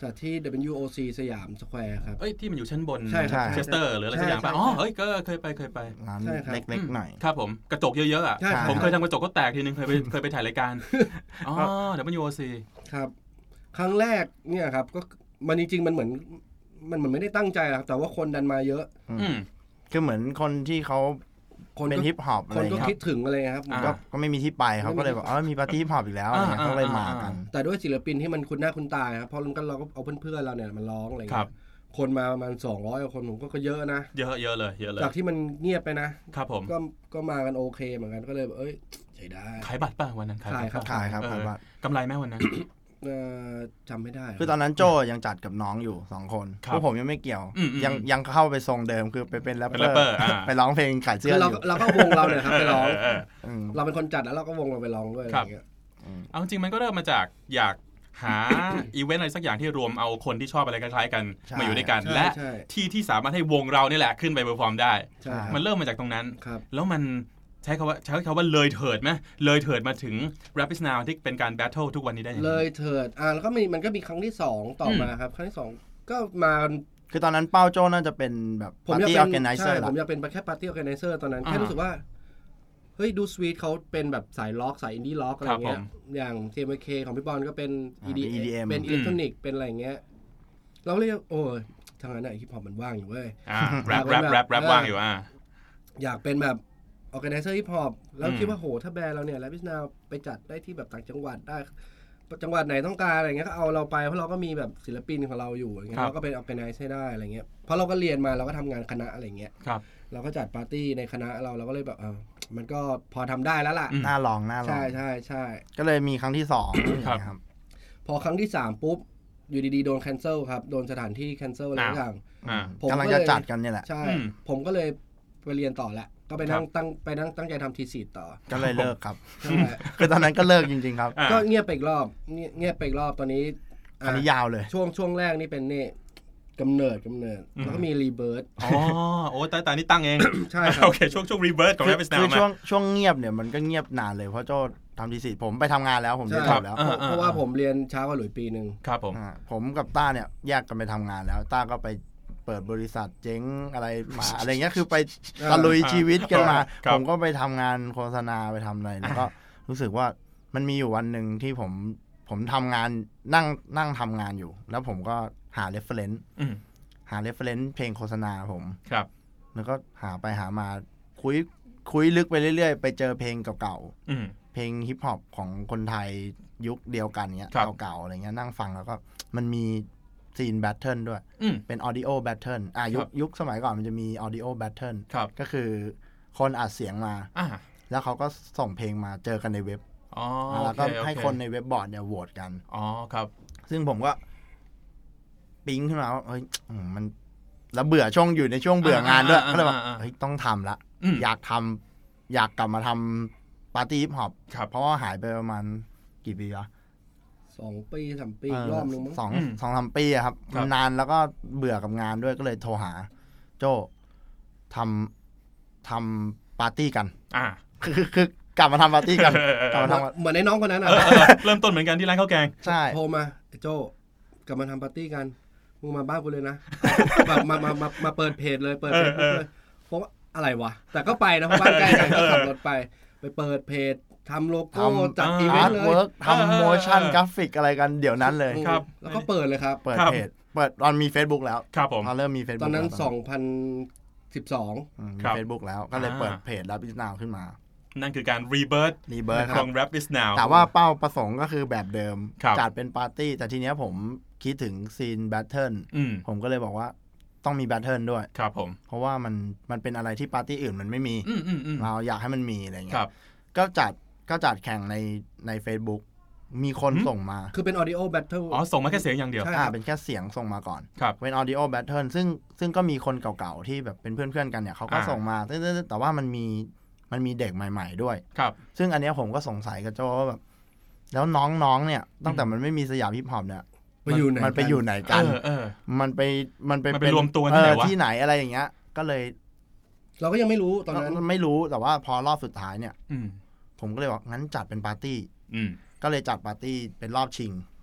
จัดที่ WOC สยามสแควร์ครับที่มันอยู่ชั้นบนใช่ครับเชสเตอร์หรืออะไรสักอย่างป่ะอ๋อเฮ้ยก็เคยไปร้านเล็กๆหน่อยครับผมกระจกเยอะๆอ่ะผมเคยทำกระจกก็แตกทีนึงเคยไปถ่ายรายการอ๋อ WOC ครับครั้งแรกเนี่ยครับก็มันจริงๆมันเหมือนไม่ได้ตั้งใจหรอกแต่ว่าคนดันมาเยอะคือเหมือนคนที่เขาเป็นฮิปฮอปอะไรคนก็คิดถึงอะไรครับก็ไม่มีที่ไปเขาก็เลยบอกมีปาร์ตี้ฮิปฮอปอีกแล้วอะไรเงี้ยเขาเลยมากันแต่ด้วยศิลปินที่มันคุ้นหน้าคุ้นตาครับเพราะเราก็เอาเพื่อนๆเราเนี่ยมาร้องอะไรเงี้ยคนมาประมาณ200คนผมก็เยอะนะเยอะเลยจากที่มันเงียบไปนะครับผมก็มากันโอเคเหมือนกันก็เลยใช้ได้ขายบัตรป่ะวันนั้นขายครับขายบัตรกำไรไหมวันนั้นจำไม่ได้คือตอนนั้นโจยังจัดกับน้องอยู่2คนพวกผมยังไม่เกี่ยวยังเข้าไปทรงเดิมคือไปเป็นแรปเปอร์ไปร้องเพลงขายเสื้ออยู่เราก็วงเราเนี่ยครับไปร้องเราเป็นคนจัดแล้วเราก็วงเราไปร้องด้วยอะไรอย่างเงี้ยเอาจริงมันก็เริ่มมาจากอยากหาอีเวนต์อะไรสักอย่างที่รวมเอาคนที่ชอบอะไรคล้ายๆกันมาอยู่ด้วยกันและที่สามารถให้วงเรานี่แหละขึ้นไปเปอร์ฟอร์มได้มันเริ่มมาจากตรงนั้นแล้วมันใช้คำว่าเลยเถิดไหมเลยเถิดมาถึง Rap Is Now ที่เป็นการแบทเทิลทุกวันนี้ได้ยังไงเลยเถิดแล้วก็มันก็มีครั้งที่2ต่อมาครับครั้งที่2ก็มาคือตอนนั้นเป้าโจน่าจะเป็นแบบปาร์ตี้ออร์แกไนเซอร์ผมอยากเป็นแค่ปาร์ตี้ออร์แกไนเซอร์ตอนนั้นแค่รู้สึกว่าเฮ้ยดูสวีทเขาเป็นแบบสายล็อกสายอินดี้ล็อกอะไรเงี้ยอย่าง TMK ของพี่บอลก็เป็น EDM เป็นอิเล็กทรอนิกส์เป็นอะไรเงี้ยเราเลยทางนั้นฮิปฮอปมันว่างอยู่เว้ยแรปว่างอยู่อยากเป็นแบบorganizer hip hop แล้วคิดว่าโหถ้าแบรนด์เราเนี่ย Rap Is Now ไปจัดได้ที่แบบต่างจังหวัดได้จังหวัดไหนต้องการอะไรเงี้ยก็เอาเราไปเพราะเราก็มีแบบศิลปินของเราอยู่อย่างเงี้ยเราก็เป็น organize ให้ได้อะไรเงี้ยเพราะเราก็เรียนมาเราก็ทำงานคณะอะไรเงี้ยเราก็จัดปาร์ตี้ในคณะเราก็เลยแบบมันก็พอทำได้แล้วล่ะน่าลองใช่ก็เลยมีครั้งที่2ครับพอครั้งที่3ปุ๊บอยู่ดีๆโดน cancel ครับโดนสถานที่ cancel อะไรอย่างผมกำลังจะจัดกันเนี่ยแหละใช่ผมก็เลยไปเรียนต่อแหละก็ไปตั้งใจทำทีสิทธ์ต่อก็เลยเลิกครับคือตอนนั้นก็เลิกจริงๆครับก็เงียบไปอีกรอบตอนนี้อันนี้ยาวเลยช่วงแรกนี่เป็นนี่กำเนิดแล้วก็มีรีเบิร์ธแต่นี่ตั้งเองใช่ครับโอเคช่วงรีเบิร์ธของ Rap Is Now คือช่วงเงียบเนี่ยมันก็เงียบนานเลยเพราะโจ้ทำทีสิทธ์ผมไปทำงานแล้วผมได้จบแล้วเพราะว่าผมเรียนช้ากว่าหลุยปีนึงครับผมกับต้าเนี่ยแยกกันไปทำงานแล้วต้าก็ไปเปิดบริษัทเจ๊งอะไรมาอะไรเงี้ยคือไปตะลุยชีวิตกันมาผมก็ไปทำงานโฆษณาไปทำอะไรแล้วก็รู้สึกว่ามันมีอยู่วันหนึ่งที่ผมทำงานนั่งทำงานอยู่แล้วผมก็หา reference เพลงโฆษณาผมครับแล้วก็หาไปหามาคุยลึกไปเรื่อยๆไปเจอเพลงเก่าๆเพลงฮิปฮอปของคนไทยยุคเดียวกันเงี้ยเก่าๆอะไรเงี้ยนั่งฟังแล้วก็มันมีซีนแบทเทิลด้วยเป็นออดิโอแบทเทิลยุคสมัยก่อนมันจะมีออดิโอแบทเทิลก็คือคนอัดเสียงมาแล้วเขาก็ส่งเพลงมาเจอกันในเว็บแล้วก็ให้คนในเว็บบอร์ดเนี่ยโหวตกันครับซึ่งผมก็ปิ๊งขึ้นมาว่าเฮ้ยมันแล้วเบื่อช่วงอยู่ในช่วงเบื่องานด้วยก็เลยว่าเฮ้ยต้องทำละอยากกลับมาทำปาร์ตี้ฮิปฮอปเพราะว่าหายไปประมาณกี่ปีวะ 2 ปี 3 ปีรอบนึงมั้ง 2-3 ปีครับมันนานแล้วก็เบื่อกับงานด้วยก็เลยโทรหาโจ้ทำปาร์ตี้กันคือกลับมาทำปาร์ตี้กันเหมือนในน้องคนนั้นเริ่มต้นเหมือนกันที่ร้านข้าวแกงใช่โทรมาโจ้กลับมาทำปาร์ตี้กันมึงมาบ้านกูเลยนะมาเปิดเพจเลยเปิดเพจเลยเพราะอะไรวะแต่ก็ไปนะเพราะบ้านใกล้กันก็ขับรถไปเปิดเพจทำโลโก้จัดอีเวนต์เลยทำโมชั่นกราฟิกอะไรกันเดี๋ยวนั้นเลยครับแล้วก็เปิดเลยครับเปิดเพจตอนมี Facebook แล้วครับผมเริ่มมี Facebook ตอนนั้น2012 มี Facebook แล้วก็เลยเปิดเพจ Rap Is Now ขึ้นมานั่นคือการรีเบิร์ธของ Rap Is Now แต่ว่าเป้าประสงค์ก็คือแบบเดิมจัดเป็นปาร์ตี้แต่ทีเนี้ยผมคิดถึงซีนแบทเทิลผมก็เลยบอกว่าต้องมีแบทเทิลด้วยครับผมเพราะว่ามันเป็นอะไรที่ปาร์ตี้อื่นมันไม่มีเราอยากให้มันมีอะไรเงี้ยก็จัดแข่งใน Facebook มีคนส่งมาคือเป็น audio battle ส่งมาแค่เสียงอย่างเดียวเป็นแค่เสียงส่งมาก่อนเป็น audio battle ซึ่งก็มีคนเก่าๆที่แบบเป็นเพื่อนๆกันเนี่ยเขาก็ส่งมาแต่ว่ามันมีเด็กใหม่ๆด้วยซึ่งอันนี้ผมก็สงสัยกับโจ้ว่าแบบแล้วน้องๆเนี่ยตั้งแต่มันไม่มีสยามฮิปฮอปเนี่ยมันไปอยู่ไหนกันมันไปรวมตัวที่ไหนอะไรอย่างเงี้ยก็เลยเราก็ยังไม่รู้ตอนนั้นไม่รู้แต่ว่าพอรอบสุดท้ายเนี่ยผมก็เลยบอกงั้นจัดเป็นปาร์ตี้ก็เลยจัดปาร์ตี้เป็นรอบชิง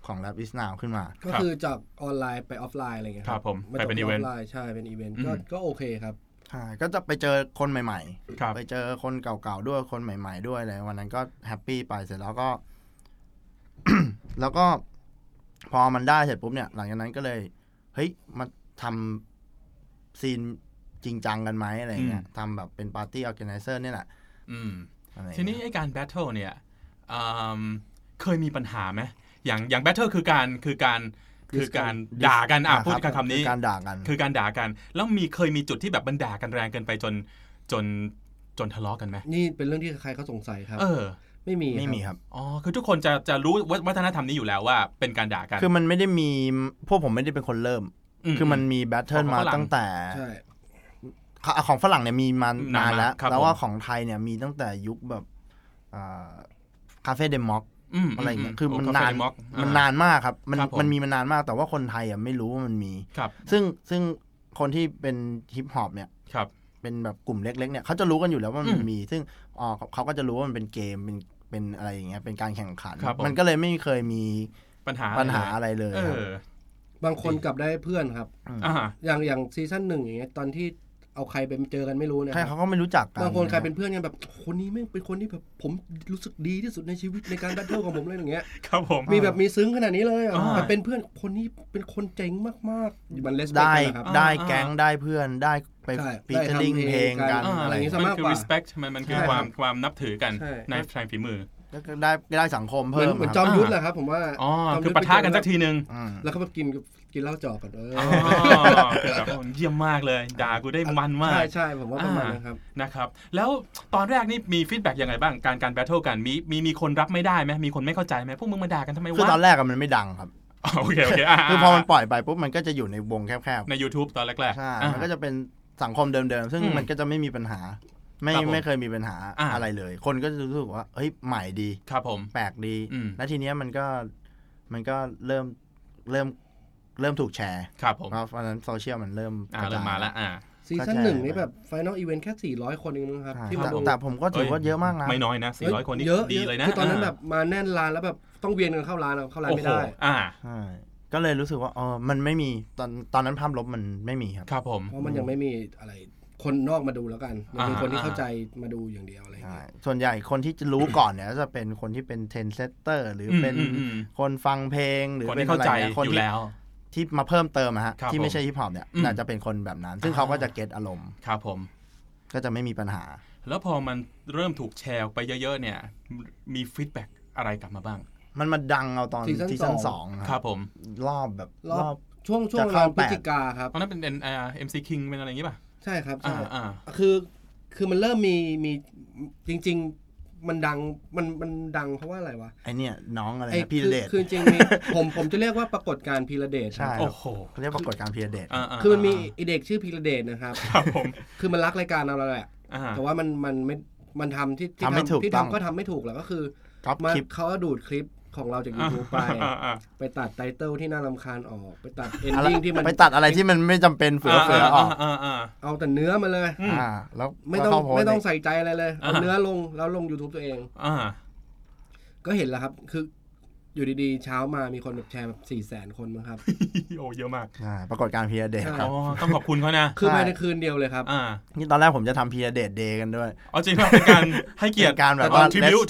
ของ Lab is Now ขึ้นมาก็คือจากออนไลน์ไปออฟไลน์อะไรเงี้ยครับผมไปเป็นอีเวนต์ใช่เป็นอีเวนต์ก็โอเคครับใช่ก็จะไปเจอคนใหม่ๆไปเจอคนเก่าๆด้วยคนใหม่ๆด้วยอะไรวันนั้นก็แฮปปี้ไปเสร็จแล้วก็ แล้วก็พอมันได้เสร็จปุ๊บเนี่ยหลังจากนั้นก็เลยเฮ้ยมาทำซีนจริงจังกันไหมอะไรเงี้ยทำแบบเป็นปาร์ตี้ออร์แกไนเซอร์นี่แหละทีนี้ไอ้การแบทเทิลเนี่ยเคยมีปัญหาไหมอย่างแบทเทิลคือการด่ากันพูดกันคำนี้การด่ากันคือการด่ากันแล้วเคยมีจุดที่แบบมันด่ากันแรงเกินไปจนทะเลาะกันไหมนี่เป็นเรื่องที่ใครเขาสงสัยครับไม่มีครับอ๋อคือทุกคนจะรู้วัฒนธรรมนี้อยู่แล้วว่าเป็นการด่ากันคือมันไม่ได้มีพวกผมไม่ได้เป็นคนเริ่มคือมันมีแบทเทิลมาตั้งแต่ของฝรั่งเนี่ยมีมานานแล้วว่าของไทยเนี่ยมีตั้งแต่ยุคแบบคาเฟ่เดม็อกอะไรอย่างเงี้ยคือมันนานมากครับมันมีมานานมากแต่ว่าคนไทยอ่ะไม่รู้ว่ามันมีซึ่งคนที่เป็นฮิปฮอปเนี่ยเป็นแบบกลุ่มเล็กๆเนี่ยเขาจะรู้กันอยู่แล้วว่ามันมีซึ่งเขาก็จะรู้ว่ามันเป็นเกมเป็นอะไรอย่างเงี้ยเป็นการแข่งขันมันก็เลยไม่เคยมีปัญหาอะไรเลยบางคนกลับได้เพื่อนครับอย่างซีซั่น1อย่างเงี้ยตอนที่เอาใครไปเจอกันไม่รู้เนี่ยใครเขาก็ไม่รู้จักกันบางคนใครเป็นเพื่อนกันแบบคนนี้แม่งเป็นคนที่แบบผมรู้สึกดีที่สุดในชีวิตในการแบทเทิลของผมเลยอย่างเงี้ยครับผมมีซึ้งขนาดนี้เลยแต่เป็นเพื่อนคนนี้เป็นคนเจ๋งมากๆมันเลสได้แก๊งได้เพื่อนได้ไปฟีเจอริ่งเพลงกันอะไรอย่างงี้ซะมากกว่ามันคือ respect มันคือความนับถือกันในทางฝีมือก็ได้สังคมเพิ่มเหมือนจอมยุทธแหละครับผมว่าคือปะทะกันสักทีนึงแล้วก็มากินเหล้าจอกกันเยี่ยมมากเลยด่ากูได้มันมากใช่ผมว่าประมาณนั้นครับนะครับแล้วตอนแรกนี่มีฟีดแบ็กยังไงบ้างการแบทเทิลกันมีคนรับไม่ได้ไหมมีคนไม่เข้าใจไหมพวกมึงมาด่ากันทำไมวะคือตอนแรกมันไม่ดังครับโอเคคือพอมันปล่อยไปปุ๊บมันก็จะอยู่ในวงแคบๆใน YouTube ตอนแรกๆใช่มันก็จะเป็นสังคมเดิมๆซึ่งมันก็จะไม่มีปัญหาไม่เคยมีปัญหาอะไรเลยคนก็จะรู้สึกว่าเฮ้ยใหม่ดีครับผมแปลกดีแล้วทีเนี้ยมันก็เริ่มถูกแชร์ครับผมเพราะฉะนั้นโซเชียลมันเริ่มมาแล้วซีซั่น1นี่แบบไฟนอลอีเวนต์แค่400คนเองมั้งครับที่มาดูแต่ผมก็ถือว่าเยอะมากนะไม่น้อยนะ400คนนี่ดีเลยนะคือตอนนั้นแบบมาแน่นร้านแล้วแบบต้องเวียนกันเข้าร้านไม่ได้ใช่ก็เลยรู้สึกว่ามันไม่มีตอนนั้นภาพลบมันไม่มีครับครับผมเพราะมันยังไม่มีอะไรคนนอกมาดูแล้วกันยังเป็นคนที่เข้าใจมาดูอย่างเดียวอะไรอย่างเงี้ยส่วนใหญ่คนที่จะรู้ก่อนเนี่ยจะเป็นคนที่เป็นเทรนด์เซตเตอร์หรือเป็นคนฟังเพลงหรือเป็นอะไรคนอยู่แล้วที่มาเพิ่มเติมฮะที่ไม่ใช่ฮิปฮอปเนี่ยน่าจะเป็นคนแบบนั้นซึ่งเขาก็จะเก็ตอารมณ์ครับผมก็จะไม่มีปัญหาแล้วพอมันเริ่มถูกแชร์ไปเยอะๆเนี่ยมีฟีดแบ็กอะไรกลับมาบ้างมันมาดังเอาตอนซีซั่น2 ครับผมรอบแบบรอบช่วงพฤศจิกาครับตอนนั้นเป็น MC King เป็นอะไรอย่างงี้ป่ะใช่ครับใช่คือมันเริ่มมีจริงๆมันดังมันดังเพราะว่าอะไรวะไอเนี่ยน้องอะไรพีระเดชคือจริงผมจะเรียกว่าปรากฏการณ์พีระเดชใช่โอ้โหเขาเรียกปรากฏการณ์พีระเดชคือมันมีเด็กชื่อพีระเดชนะครับครับผมคือมันรักรายการเราแหละแต่ว่ามันทำที่ทำก็ทำไม่ถูกแล้วก็คือเขาดูดคลิปของเราจาก YouTube ไปตัดไตเติลที่น่ารำคาญออกไปตัดเอนดิ้งที่มันไปตัดอะไรที่มันไม่จำเป็นเฟือออกเอาแต่เนื้อมาเลยแล้วไม่ต้องใส่ใจอะไรเลยเอาเนื้อลงแล้วลง YouTube ตัวเองก็เห็นแล้วครับคืออยู่ดีๆเช้ามามีคนแชร์แบบ 400,000 คนมั้งครับโอ้เยอะมากปรากฏการณ์พีระเดชครับต้องขอบคุณเขานะคือภายในคืนเดียวเลยครับนี่ตอนแรกผมจะทำพีระเดชเดย์กันด้วยจริงๆเป็นการให้เกียรติการแบบว่าทริบิว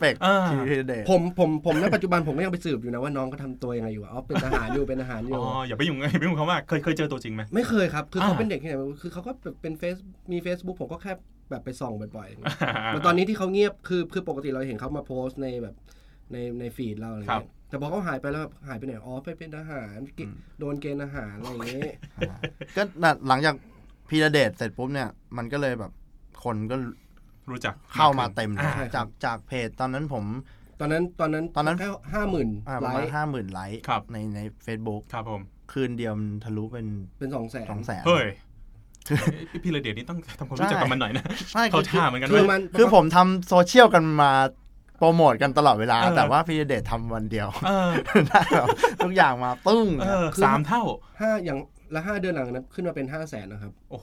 ผมในปัจจุบันผมก็ยังไปสืบอยู่นะว่าน้องเขาทำตัวยังไงอยู่เป็นทหารอยู่อย่าไปยุ่งเขามากเคยเจอตัวจริงไหมไม่เคยครับคือเขาเป็นเด็กที่ไหนคือเขาก็เป็นมี Facebook ผมก็แค่แบบไปส่องบ่อยๆแต่ตอนนี้ที่เขาเงียบคือปกติเราเห็นเขามาโพสต์ในแบบในฟีดเราอะไรเงี้ยแต่พอเขาหายไปแล้วหายไปไหนไปเป็นทหารโดนเกณฑ์ทหารอะไรอย่างเงี้ยก็หลังจากพีระเดชเสร็จปุ๊บเนี่ยมันก็เลยแบบคนก็รู้จักเข้ามาเต็มเลยจากเพจตอนนั้นตอนนั้นแค่ 50,000 ไลค์ 50,000 ไลค์ใน Facebook ครับผมคืนเดียวทะลุเป็น 200,000 เฮ้ยพีระเดชนี่ต้องทำความรู้จักกับมันหน่อยนะเขาท่าเหมือนกันคือผมทำโซเชียลกันมาโปรโมทกันตลอดเวลาแต่ว่าพีระเดชทำวันเดียวได้ทุกอย่างมาปึ้ง 3 เท่าอย่างละ5 เดือนหลังนั้นขึ้นมาเป็น 500,000 นะครับโอ้โห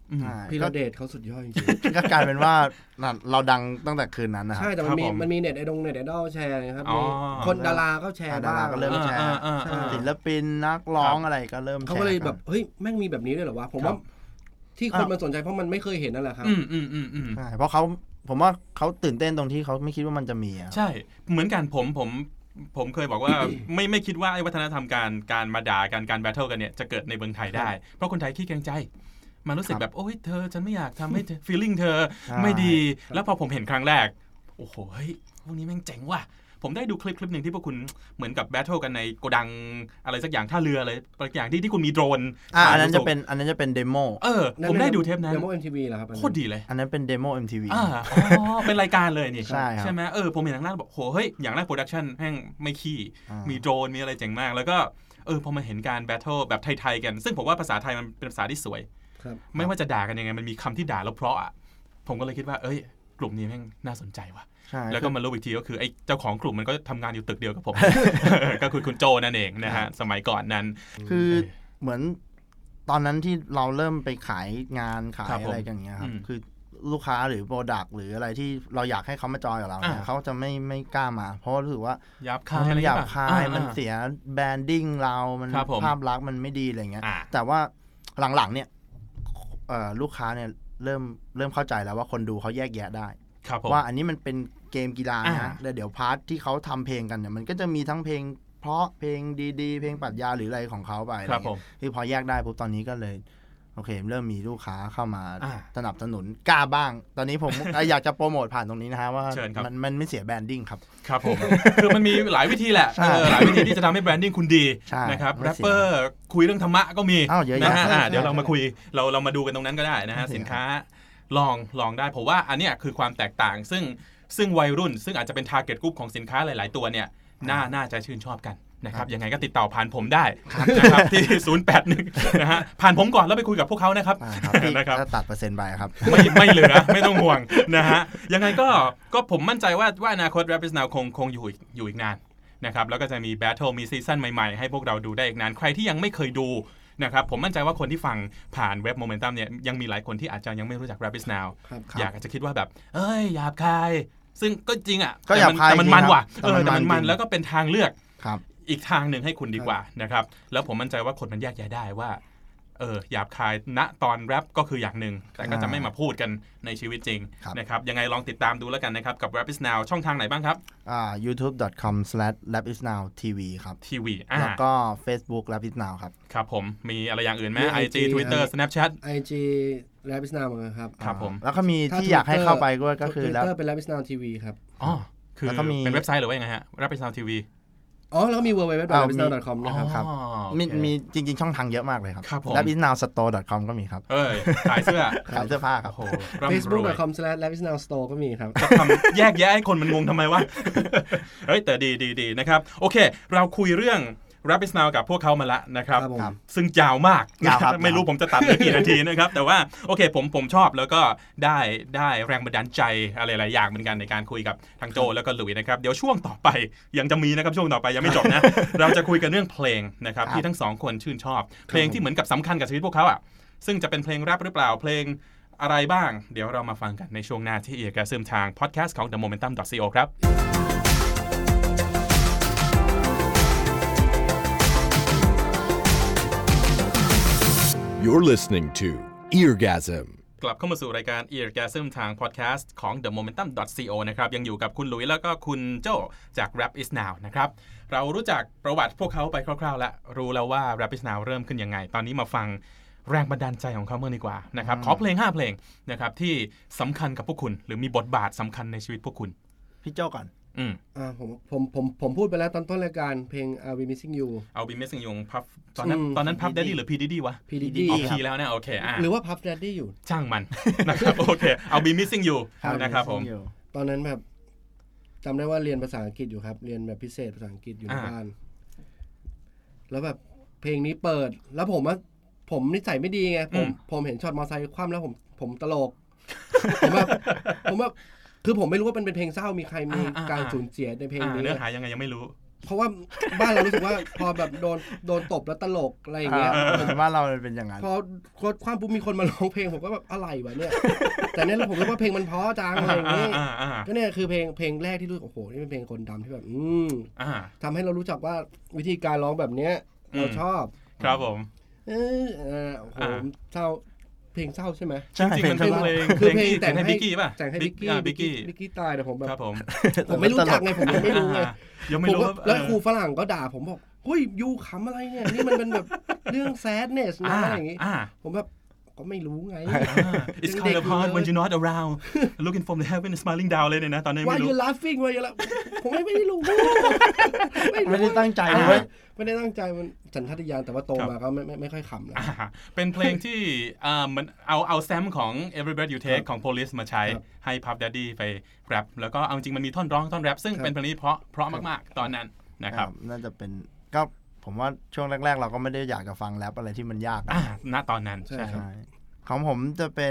พี่ระเดชเขาสุดยอดจริงๆก็กลายเป็นว่าเราดังตั้งแต่คืนนั้นนะครับใช่แต่มันมีเน็ตไอดอลแชร์นะครับมีคนดาราก็แชร์ดาราก็เริ่มแชร์ศิลปินนักร้องอะไรก็เริ่มแชร์เขาก็เลยแบบเฮ้ยแม่งมีแบบนี้ด้วยเหรอวะผมว่าที่คนมันสนใจเพราะมันไม่เคยเห็นนั่นแหละครับใช่เพราะผมว่าเขาตื่นเต้นตรงที่เขาไม่คิดว่ามันจะมีใช่เหมือนกันผมเคยบอกว่าไม่คิดว่าไอ้วัฒนธรรมการมาด่ากันการแบทเทิลกันเนี่ยจะเกิดในเมืองไทยได้เพราะคนไทยขี้เกรงใจมันรู้สึกแบบโอ้ยเธอฉันไม่อยากทำให้ฟีลลิ่งเธอไม่ดีแล้วพอผมเห็นครั้งแรกโอ้โหเฮ้ยพวกนี้แม่งเจ๋งว่ะผมได้ดูคลิปหนึ่งที่พวกคุณเหมือนกับแบทเทิลกันในโกดังอะไรสักอย่างท่าเรืออะไรบางอย่างที่คุณมีโดรนอันนั้นจะเป็นเดโมผมได้ดูเทปนั้นเดโม MTV เหรอครับโคตรดีเลยอันนั้นเป็นเดโม MTV เป็นรายการเลยนี่ใช่ไหมผมเห็นทางหน้าบอกโหเฮ้ยอย่างแรกโปรดักชั่นแม่งไม่ขี้มีโดรนมีอะไรเจ๋งมากแล้วก็พอมาเห็นการแบทเทิลแบบไทยๆกันซึ่งผมว่าภาษาไทยมันเป็นภาษาที่สวยไม่ว่าจะด่ากันยังไงมันมีคำที่ด่าแล้วเพราะผมก็เลยคิดว่ากลุ่มนี้แม่งน่าสนใจว่ะแล้วก็มารู้อีกทีก็คือไอ้เจ้าของกลุ่มมันก็ทำงานอยู่ตึกเดียวกับผม ก็คือคุณโจนั่นเองนะฮะสมัยก่อนนั้นคือเหมือนตอนนั้นที่เราเริ่มไปขายงานขายอะไรอย่างเงี้ยครับคือลูกค้าหรือโปรดักต์หรืออะไรที่เราอยากให้เขามาจอยกับเราเนี่ยเขาจะไม่กล้ามาเพราะรู้สึกว่าหยาบคายมันเสียแบรนดิ้งเรามันภาพลักษณ์มันไม่ดีอะไรเงี้ยแต่ว่าหลังๆเนี่ยลูกค้าเนี่ยเริ่มเข้าใจแล้วว่าคนดูเขาแยกแยะได้ว่าอันนี้มันเป็นเกมกีฬานะแล้วเดี๋ยวพาร์ทที่เขาทำเพลงกันเนี่ยมันก็จะมีทั้งเพลงเพราะเพลงดีๆเพลงปรัชญาหรืออะไรของเขาไปที่พอแยกได้ปุ๊บตอนนี้ก็เลยโอเคเริ่มมีลูกค้าเข้ามาสนับสนุนกล้าบ้างตอนนี้ผม อยากจะโปรโมทผ่านตรงนี้นะฮะว่ามันไม่เสียแบรนดิ้งครับครับผมคือมันมีหลายวิธีแหละหลายวิธีที่จะทำให้แบรนดิ้งคุณดีนะครับแรปเปอร์คุยเรื่องธรรมะก็มีนะฮะเดี๋ยวเรามาคุยเรามาดูกันตรงนั้นก็ได้นะฮะสินค้าลองได้ผมว่าอันนี้คือความแตกต่างซึ่งวัยรุ่นซึ่งอาจจะเป็น target group ของสินค้าหลายๆตัวเนี่ยน่าจะชื่นชอบกันนะครับยังไงก็ติดต่อผ่านผมได้นะครับที่081นะฮะผ่านผมก่อนแล้วไปคุยกับพวกเขานะครับนะครับตัดเปอร์เซ็นต์ไปครับไม่เหลือไม่ต้องห่วงนะฮะยังไงก็ผมมั่นใจว่าอนาคต Rap is Now คงอยู่อีกนานนะครับแล้วก็จะมี Battle มีซีซั่นใหม่ๆให้พวกเราดูได้อีกนานใครที่ยังไม่เคยดูนะครับผมมั่นใจว่าคนที่ฟังผ่านเว็บ Momentum เนี่ยยังมีหลายคนที่อาจจะยังไม่รู้จัก Rap is Now อยากจะคิดว่าแบบหยาบคายซึ่งก็จริงแต่มันมันว่ะแต่มันแล้วก็เป็นทางเลือกอีกทางหนึ่งให้คุณดีกว่านะครับแล้วผมมั่นใจว่าคนมันแยกแยะได้ว่าหยาบคายณตอนแรปก็คืออย่างหนึ่งแต่ก็จะไม่มาพูดกันในชีวิตจริงนะครับยังไงลองติดตามดูแล้วกันนะครับกับ Rap is Now ช่องทางไหนบ้างครับ youtube.com/rapisnowtv ครับแล้วก็ Facebook Rap is Now ครับครับผมมีอะไรอย่างอื่นไหม IG Twitter Snapchat IG Rap is Now เหมือนกันครับครับผมแล้วก็มีที่อยากให้เข้าไปก็คือ Twitter เป็น Rap is Now TV ครับคือเป็นเว็บไซต์หรือว่ายังไงฮะ Rap is Now TV แล้วก็มี www.rapisnow.com นะครับมีจริงๆช่องทางเยอะมากเลยครับ rapisnowstore.com ก็มีครับขายเสื้อผ้าครับ facebook.com/rapisnowstore ก็มีครับจะทำแยกแยะให้คนมันงงทำไมวะแต่ดีนะครับโอเคเราคุยเรื่อง Rap is Now กับพวกเขามาละนะครับซึ่งยาวมากไม่รู้ผมจะตัดได้กี่นาทีนะครับแต่ว่าโอเคผมชอบแล้วก็ได้แรงบันดาลใจอะไรหลายอย่างเหมือนกันในการคุยกับทางโจแล้วก็หลุยนะครับเดี๋ยวช่วงต่อไปยังจะมีนะครับช่วงต่อไปยังไม่จบนะ เราจะคุยกันเรื่องเพลงนะครับที่ทั้งสองคนชื่นชอบเพลงที่เหมือนกับสำคัญกับชีวิตพวกเขาซึ่งจะเป็นเพลงแรปหรือเปล่าเพลงอะไรบ้างเดี๋ยวเรามาฟังกันในช่วงหน้าที่Eargasmทางพอดแคสต์ของ themomentum.co ครับ You're listening to Eargasm กลับเข้ามาสู่รายการ Eargasm ทางพอดแคสต์ของ themomentum.co นะครับยังอยู่กับคุณหลุยแล้วก็คุณโจจาก Rap is Now นะครับเรารู้จักประวัติพวกเขาไปคร่าวๆแล้วรู้แล้วว่า Rap is Now เริ่มขึ้นยังไงตอนนี้มาฟังแรงบันดาลใจของเขาเมื่อดีกว่านะครับขอเพลง5เพลงนะครับที่สำคัญกับพวกคุณหรือมีบทบาทสำคัญในชีวิตพวกคุณพี่โจก่อนผมพูดไปแล้วตอนต้นรายการเพลง I'll Be Missing You I'll Be Missing You พัฟตอนนั้นพัฟ Daddy หรือ P Diddy วะ P Diddy P แล้วเนี่ยโอเคหรือว่าพัฟ Daddy อยู่ช่างมันนะครับโอเค I'll Be Missing You นะครับผมตอนนั้นแบบจำได้ว่าเรียนภาษาอังกฤษอยู่ครับเรียนแบบพิเศษภาษาอังกฤษอยู่ในบ้านแล้วแบบเพลงนี้เปิดแล้วผมนิสัยไม่ดีไงผมเห็นช็อตมอไซค์คว่ำแล้วผมตลกผมแบบคือผมไม่รู้ว่าเป็นเพลงเศร้ามีใครมีการสูญเสียในเพลงนี้เนื้อหายังไงยังไม่รู้เพราะว่าบ้านเรารู้สึกว่าพอแบบโดนตบแล้วตลกอะไรอย่างเงี้ยบ้านเราเป็นอย่างนั้นพอโคตรความปุ๊บมีคนมาร้องเพลงผมก็แบบอะไรวะเนี่ยแต่เนี่ยผมรู้ว่าเพลงมันเพราะจังอะไรอย่างงี้ก็เนี่ยคือเพลงแรกที่รู้โอ้โหนี่เป็นเพลงคนดำที่แบบทำให้เรารู้จักว่าวิธีการร้องแบบเนี้ยเราชอบครับผมโอ้โหเศร้าเพลงเศร้าใช่ไหมจริงๆมันเป็นเพลงคือเพลงแต่งให้บิ๊กกี้ป่ะแต่งให้บิ๊กกี้ตายแต่ผมแบบผมไม่รู้จักไงผมยังไม่รู้ไงแล้วครูฝรั่งก็ด่าผมบอกเฮ้ยยูขำอะไรเนี่ยนี่มันเป็นแบบเรื่อง sadness นะอะไรอย่างงี้ผมแบบก็ไม่รู้ไง It's kind of hard when you're not around looking from the heaven smiling down เลยเนี่ยนะตอนนี้ไม่รู้ Why you laughing Why you laughing ผมไม่รู้ไม่ได้ตั้งใจเลยไม่ได้ตั้งใจมันสัญชาตญาณแต่ว่าโตมาก็ไม่ค่อยขำแล้วเป็นเพลงที่มันเอาแซมของ Every Breath You Take ของ Police มาใช้ให้ Puff Daddy ไปแรปแล้วก็เอาจริงมันมีท่อนร้องท่อนแรปซึ่งเป็นเพลงนี้เพราะมากๆตอนนั้นนะครับน่าจะเป็นก็ผมว่าช่วงแรกๆเราก็ไม่ได้อยากจะฟังแรปอะไรที่มันยากณตอนนั้นใช่ของผมจะเป็น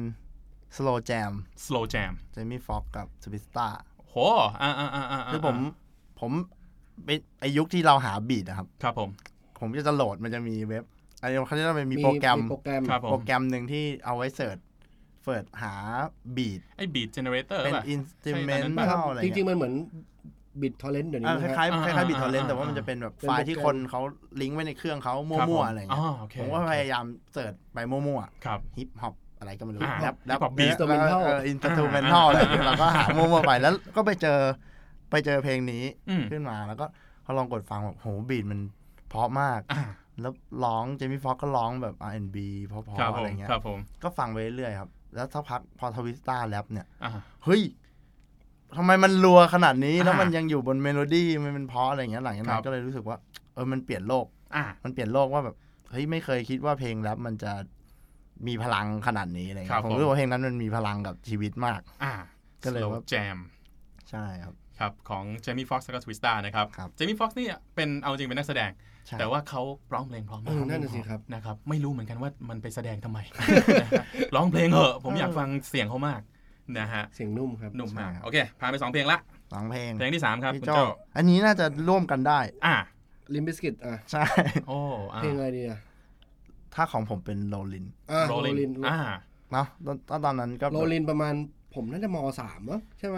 Slow Jam Jamie Foxx กับ Twista โหคือผมเป็นไอยุคที่เราหาบีทนะครับครับผมจะโหลดมันจะมีเว็บอะไรเขาจะมีโปรแกรมนึงที่เอาไว้เสิร์ชหาบีทไอบีทเจเนเรเตอร์เป็นอินสตรูเมนทัลอะไรจริงๆมันเหมือนบิตทอร์เรนต์เดี๋ยวนี้คล้ายๆบิตทอร์เรนต์แต่ว่ามันจะเป็นแบบไฟล์ที่คนเขาลิงก์ไว้ในเครื่องเขามั่วๆอะไรอย่างเงี้ยผมก็พยายามเสิร์ชไปมั่วๆฮิปฮอปอะไรก็ไม่รู้แล้วบีทอินสตรูเมนทัลอะไรเราก็หามั่วๆไปแล้วก็ไปเจอเพลงนี้ขึ้นมาแล้วก็พอลองกดฟังแบบโหบีทมันเพราะมากแล้วร้องเจมี่ฟ็อกก็ร้องแบบ R&B เพราะๆอะไรเงี้ยก็ฟังไปเรื่อยๆครับแล้วสักพักพอทวิสต้าแรปเนี่ยเฮ้ยทำไมมันรัวขนาดนี้แล้วมันยังอยู่บนเมโลดี้มันเป็นเพราะอะไรเงี้ยหลังจากนั้นก็เลยรู้สึกว่ามันเปลี่ยนโลกมันเปลี่ยนโลกว่าแบบเฮ้ยไม่เคยคิดว่าเพลงแรปมันจะมีพลังขนาดนี้อะไรเงี้ยผมรู้ว่าเพลงนั้นมันมีพลังกับชีวิตมากก็เลยว่าแจมใช่ครับครับของ Jamie Foxx และก็ Twista นะครับ Jamie Foxx นี่เป็นเอาจริงเป็นนักแสดงแต่ว่าเขาร้องเพลงพร้อมมากนั่นน่ะสิครับนะครับไม่รู้เหมือนกันว่ามันไปแสดงทำไมร้องเพลงเหอะผมอยากฟังเสียงเขามากนะฮะเสียงนุ่มครับนุ่มมากโอเคผ่านไป2เพลงละ 2เพลงที่3ครับคุณโจ้อันนี้น่าจะร่วมกันได้ Limp Bizkit ใช่เพลงอะไรดีอ่ะถ้าของผมเป็น Rollin เนาะตอนนั้นก็ Rollin ประมาณผมน่าจะม.3 มั้งใช่ไหม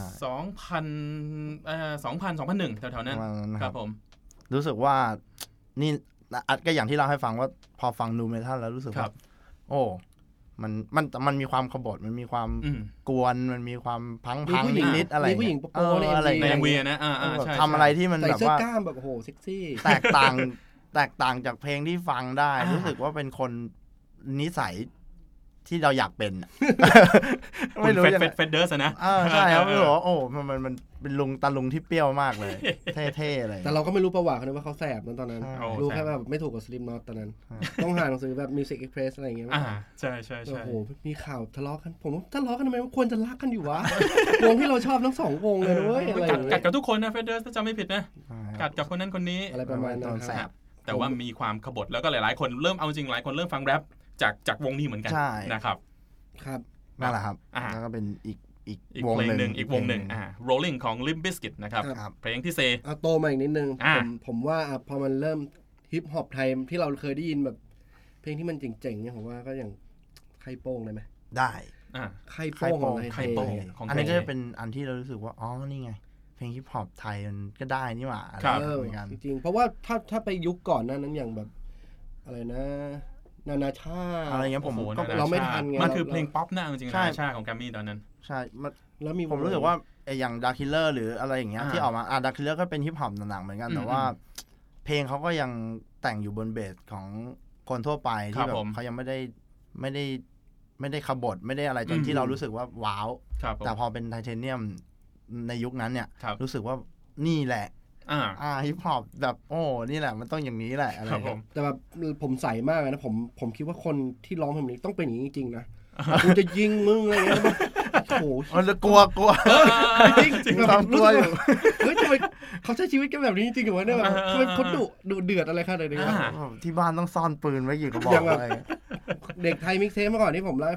2001แถวๆนั้นครับผมรู้สึกว่านี่ก็อย่างที่เราให้ฟังว่าพอฟังนูเมทัลแล้วรู้สึกว่าโอ้มันมีความขบถมันมีความกวนมันมีความพังนิดๆอะไรมีผู้หญิงโป๊ะใน MV นะทำอะไรที่มันแบบว่าใส่เสื้อกล้ามแบบโอ้โหเซ็กซี่แตกต่างจากเพลงที่ฟังได้รู้สึกว่าเป็นคนนิสัยที่เราอยากเป็นไม่รู้ยังไงเฟดเดอร์สนะใช่ครับรู้ว่าโอ้มันเป็นลุงตาลุงที่เปรี้ยวมากเลยเท่ๆอะไรแต่เราก็ไม่รู้ประวัติเขาเลยว่าเขาแสบตอนนั้นรู้แค่แบบไม่ถูกกับสลิปน็อตตอนนั้นต้องหาหนังสือแบบ Music Express อะไรอย่างเงี้ยใช่ๆๆโอ้โหมีข่าวทะเลาะกันผมทะเลาะกันทำไมควรจะรักกันอยู่วะวงที่เราชอบทั้ง2วงเลยเว้ยอะไรกัดกับทุกคนนะเฟดเดอร์ถ้าจำไม่ผิดนะกัดกับคนนั้นคนนี้อะไรประมาณนั้นแสบแต่ว่ามีความขบถแล้วก็หลายๆคนเริ่มเอาจริงหลายคนเริ่มฟังแรปจากวงนี้เหมือนกันนะครับครับนั่นแหละครับแล้วก็เป็นอีกวงหนึ่งRolling ของ Limp Bizkit นะครับเพลงที่ 4โตมาอีกนิดนึงผมว่าพอมันเริ่มฮิปฮอปไทยที่เราเคยได้ยินแบบเพลงที่มันเจ๋งๆเนี่ยผมว่าก็อย่างไข่โป้งได้ไหมได้ไข่โป้งของไทยอันนี้ก็จะเป็นอันที่เรารู้สึกว่าอ๋อนี่ไงเพลงฮิปฮอปไทยมันก็ได้นี่หว่าอะไรเหมือนกันจริงๆเพราะว่าถ้าไปยุคก่อนนั้นอย่างแบบอะไรนะนานาชาอะไรเงี้ยผมก็เราไม่ทันไงมันคือเพลงป๊อปนะจริงๆนานาชาของแกรมมี่ตอนนั้นใช่แล้วมีผมรู้สึกว่าอย่าง Dark Killer หรืออะไรอย่างเงี้ยที่ออกมาDark Killer ก็เป็นฮิปฮอปหนักๆเหมือนกันแต่ว่าเพลงเขาก็ยังแต่งอยู่บนเบสของคนทั่วไปที่แบบเขายังไม่ได้ขบถไม่ได้อะไรจนที่เรารู้สึกว่าว้าวแต่พอเป็นไทเทเนียมในยุคนั้นเนี่ยรู้สึกว่านี่แหละฮิปฮอปแบบโอ้นี่แหละมันต้องอย่างนี้แหละอะไรแต่แบบผมใส่มากนะผมคิดว่าคนที่ร้องเพลงนี้ต้องเป็นอย่างนี้จริงๆนะกูจะยิงมึงอะไรเงี้ยโอ้โหมันจะกลัวจริงแบบรู้สึกเฮ้ยทำไมเขาใช้ชีวิตกันแบบนี้จริงเหรอเนี่ยแบบทำไมเขาดุเดือดอะไรขนาดนี้ที่บ้านต้องซ่อนปืนไว้อยู่กระบอกอะไรเด็กไทยมิกเทปเมื่อก่อนที่ผมเล่าให้ฟัง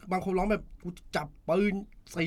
บางคนร้องแบบกูจับปืน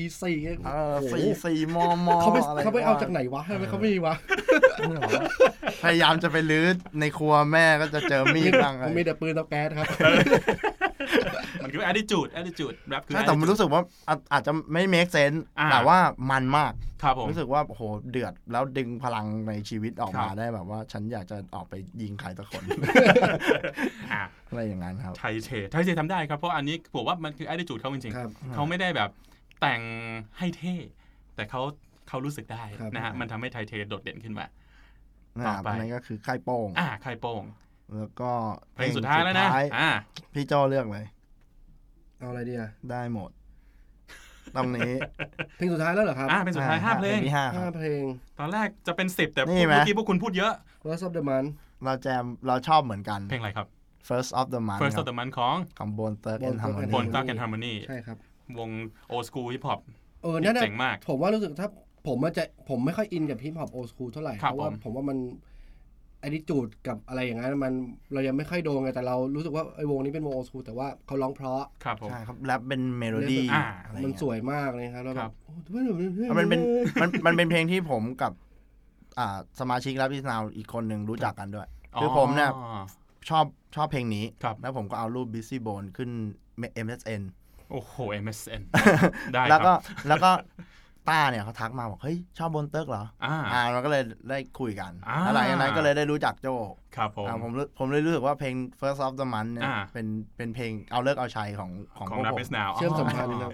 44 มม. เขาไปเอาจากไหนวะทำไมเขาไม่มีวะพยายามจะไปลื้อในครัวแม่ก็จะเจอมีดบ้างมีแต่ปืนเตาแก๊สครับมันคือ attitude แรปคือแต่ผมรู้สึกว่าอาจจะไม่ make sense แต่ว่ามันมากรู้สึกว่าโอ้โหเดือดแล้วดึงพลังในชีวิตออกมาได้แบบว่าฉันอยากจะออกไปยิงใครสักคนอะไรอย่างนั้นครับไทยเททำได้ครับเพราะอันนี้ผมว่ามันคือ attitude เขาจริงๆเขาไม่ได้แบบแต่งให้เท่แต่เขารู้สึกได้นะฮะมันทำให้ไทยเทโดดเด่นขึ้นมาต่อไปนั่นก็คือค่ายโป้งค่ายโป้งแล้วก็เพลงสุดท้ายแล้วนะพี่โจ้เลือกเลยเอาอะไรดีได้หมดตรงนี้เพลงสุดท้ายแล้วเหรอครับเพลงสุดท้าย5เพลง 5เพลงตอนแรกจะเป็น10แต่เมื่อกี้พวกคุณพูดเยอะ First of the Month เราชอบเหมือนกันเพลงอะไรครับ First of the Month First of the Month ของ Bone Thugs and Harmony ใช่ครับวง Old School Hip Hop นั่นเจ๋งมากผมว่ารู้สึกถ้าผมไม่ค่อยอินกับ Hip Hop Old School เท่าไหร่เพราะว่าผมว่ามันattitude กับอะไรอย่างนั้นมันเรายังไม่ค่อยโดนไงแต่เรารู้สึกว่าไอ้วงนี้เป็นวง Old School แต่ว่าเขาร้องเพราะใช่ครับแรปเป็นเมโลดี้มันสวยมากเลยครับแล้วแบบมันเป็นเพลงที่ผมกับสมาชิก Rap Is Now อีกคนหนึ่งรู้จักกันด้วยคือผมเนี่ยชอบเพลงนี้แล้วผมก็เอารูป Busy Bone ขึ้น MSN โอ้โห MSN ได้ครับแล้วก็ต้าเนี่ยเขาทักมาบอกเฮ้ยชอบบนเติร์กเหรอเราก็เลยได้คุยกันอะไรอย่างนั้นก็เลยได้รู้จักโจ้ครับผมเลยรู้สึกว่าเพลง First of the Month เนี่ยเป็นเพลงเอาเลิกเอาชัยของพวกผมเชื่อมสัมพันธ์ครับ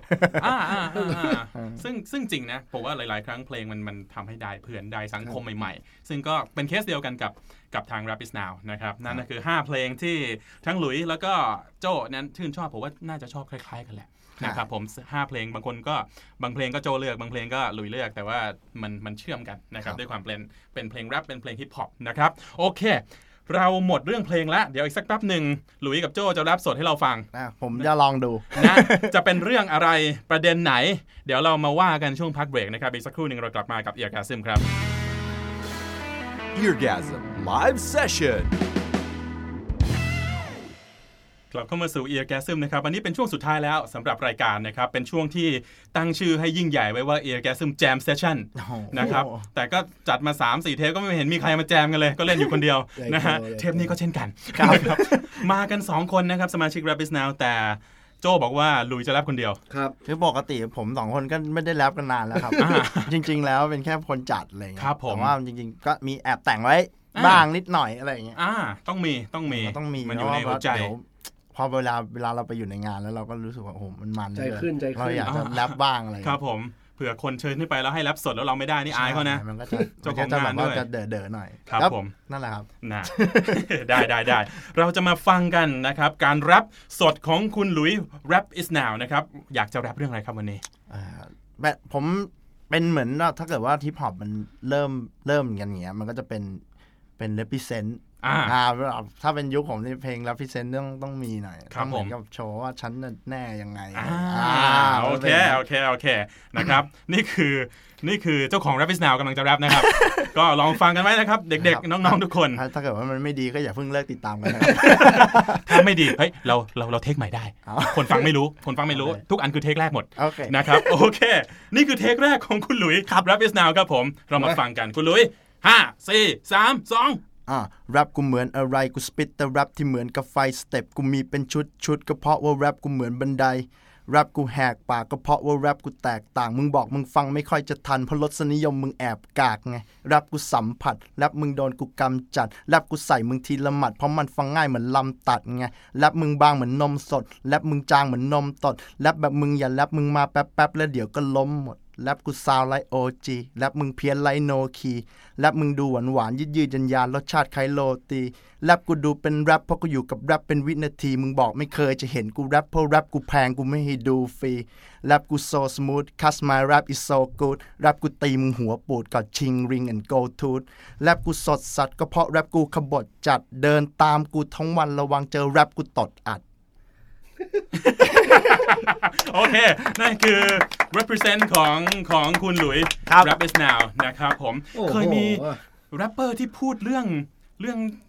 ซึ่งจริงนะผมว่าหลายๆครั้งเพลงมันทำให้ได้เพื่อนได้สังคมใหม่ๆซึ่งก็เป็นเคสเดียวกันกับทาง Rap Is Now นะครับนั่นก็คือ5เพลงที่ทั้งหลุยแล้วก็โจ้นั้นชื่นชอบผมว่าน่าจะชอบคล้ายๆกันแหละนะครับผม5เพลงบางเพลงก็โจเลือกบางเพลงก็หลุยเลือกแต่ว่ามันเชื่อมกันนะครับด้วยความเป็นเพลงแรปเป็นเพลงฮิปฮอปนะครับโอเคเราหมดเรื่องเพลงแล้วเดี๋ยวอีกสักแป๊บหนึ่งหลุยกับโจจะแรปสดให้เราฟังผมจะลองดูนะจะเป็นเรื่องอะไรประเด็นไหนเดี๋ยวเรามาว่ากันช่วงพักเบรกนะครับอีกสักครู่นึงเรากลับมากับ Eargasm ครับ Eargasm Live Session กลับเข้ามาสู่ Eargasm นะครับอันนี้เป็นช่วงสุดท้ายแล้วสำหรับรายการนะครับเป็นช่วงที่ตั้งชื่อให้ยิ่งใหญ่ไว้ว่า Eargasm Jam Session นะครับแต่ก็จัดมา 3-4 เทปก็ไม่เห็นมีใครมาแจมกันเลยก็เล่นอยู่คนเดียวนะฮะเทปนี้ก็เช่นกันครับมากัน2คนนะครับสมาชิก Rap Is Now แต่โจบอกว่าลุยจะแรปคนเดียวครับคือปกติผม2คนก็ไม่ได้แรปกันนานแล้วครับจริงๆแล้วเป็นแค่คนจัดอะไรเงี้ยแต่ว่าจริงๆก็มีแอบแต่งไว้บ้างนิดหน่อยอะไรเงี้ยต้องมีมันอยู่ในหัวใจพอเวลาเราไปอยู่ในงานแล้วเราก็รู้สึกว่าโอ้โหมันใจขึ้นเราอยากจะแรปบ้างอะไรครับผมเผื่อคนเชิญขึ้นไปแล้วให้แรปสดแล้วเราไม่ได้นี่อายเขานะมันก็จะเจ้าของงานด้วยจะเด๋อๆหน่อยครับผมนั่นแหละครับนะได้เราจะมาฟังกันนะครับการแรปสดของคุณหลุย Rap Is Now นะครับอยากจะแรปเรื่องอะไรครับวันนี้แบบผมเป็นเหมือนถ้าเกิดว่าฮิปฮอปมันเริ่มอย่างเงี้ยมันก็จะเป็น representถ้าเป็นยุคผมนี่เพลง represent ต้องมีหน่อยต้องเหมือนกับโชว์ว่าฉันแน่ยังไงโอเคนะครับนี่คือเจ้าของ Rap Is Now กำลังจะแรปนะครับ ก็ลองฟังกันไว้นะครับเด็กๆน้องๆทุกคนถ้าเกิดว่ามันไม่ดีก็อย่าเพิ่งเลิกติดตามกันนะครับถ้าไม่ดีเฮ้ยเราเทคใหม่ได้คนฟังไม่รู้ทุกอันคือเทคแรกหมดนะครับโอเคนี่คือเทคแรกของคุณหลุย Rap Is Now ครับผมเรามาฟังกันคุณหลุย5 4 3 2 แรปกูเหมือนอะไรกูสปิตแต่แรปที่เหมือนกับไฟสเต็ปกูมีเป็นชุดก็เพราะว่าแรปกูเหมือนบันไดแรปกูแหกปากก็เพราะว่าแรปกูแตกต่างมึงบอกมึงฟังไม่ค่อยจะทันเพราะรสนิยมมึงแอบกากไงแรปกูสัมผัสแรปมึงโดนกูกำจัดแรปกูใส่มึงทีละหมัดเพราะมันฟังง่ายเหมือนลำตัดไงแรปมึงบางเหมือนนมสดแรปมึงจางเหมือนนมตดแรปแบบมึงอย่าแรปมึงมาแป๊บแล้วเดี๋ยวก็ล้มหมดแรปกูซาวไลโอจีแรปมึงเพี้ยนไลโนคีแรปมึงดูหวานยืดยานรสชาติไคโรตีแรปกูดูเป็นแรปเพราะกูอยู่กับแรปเป็นวินาทีมึงบอกไม่เคยจะเห็นกูแรปเพราะแรปกูแพงกูไม่ให้ดูฟรีแรปกู so smooth cause my rap is so good แรปกูตีมึงหัวปูดก่อนชิง ring and go tooth แรปกูสดสัตว์ก็เพราะแรปกูขบถจัดเดินตามกูทั้งวันระวังเจอแรปกูตดอัดโอเคนั่นคือ represent ของคุณหลุย Rap Is Now นะครับผมเคยมีแรปเปอร์ที่พูดเรื่อง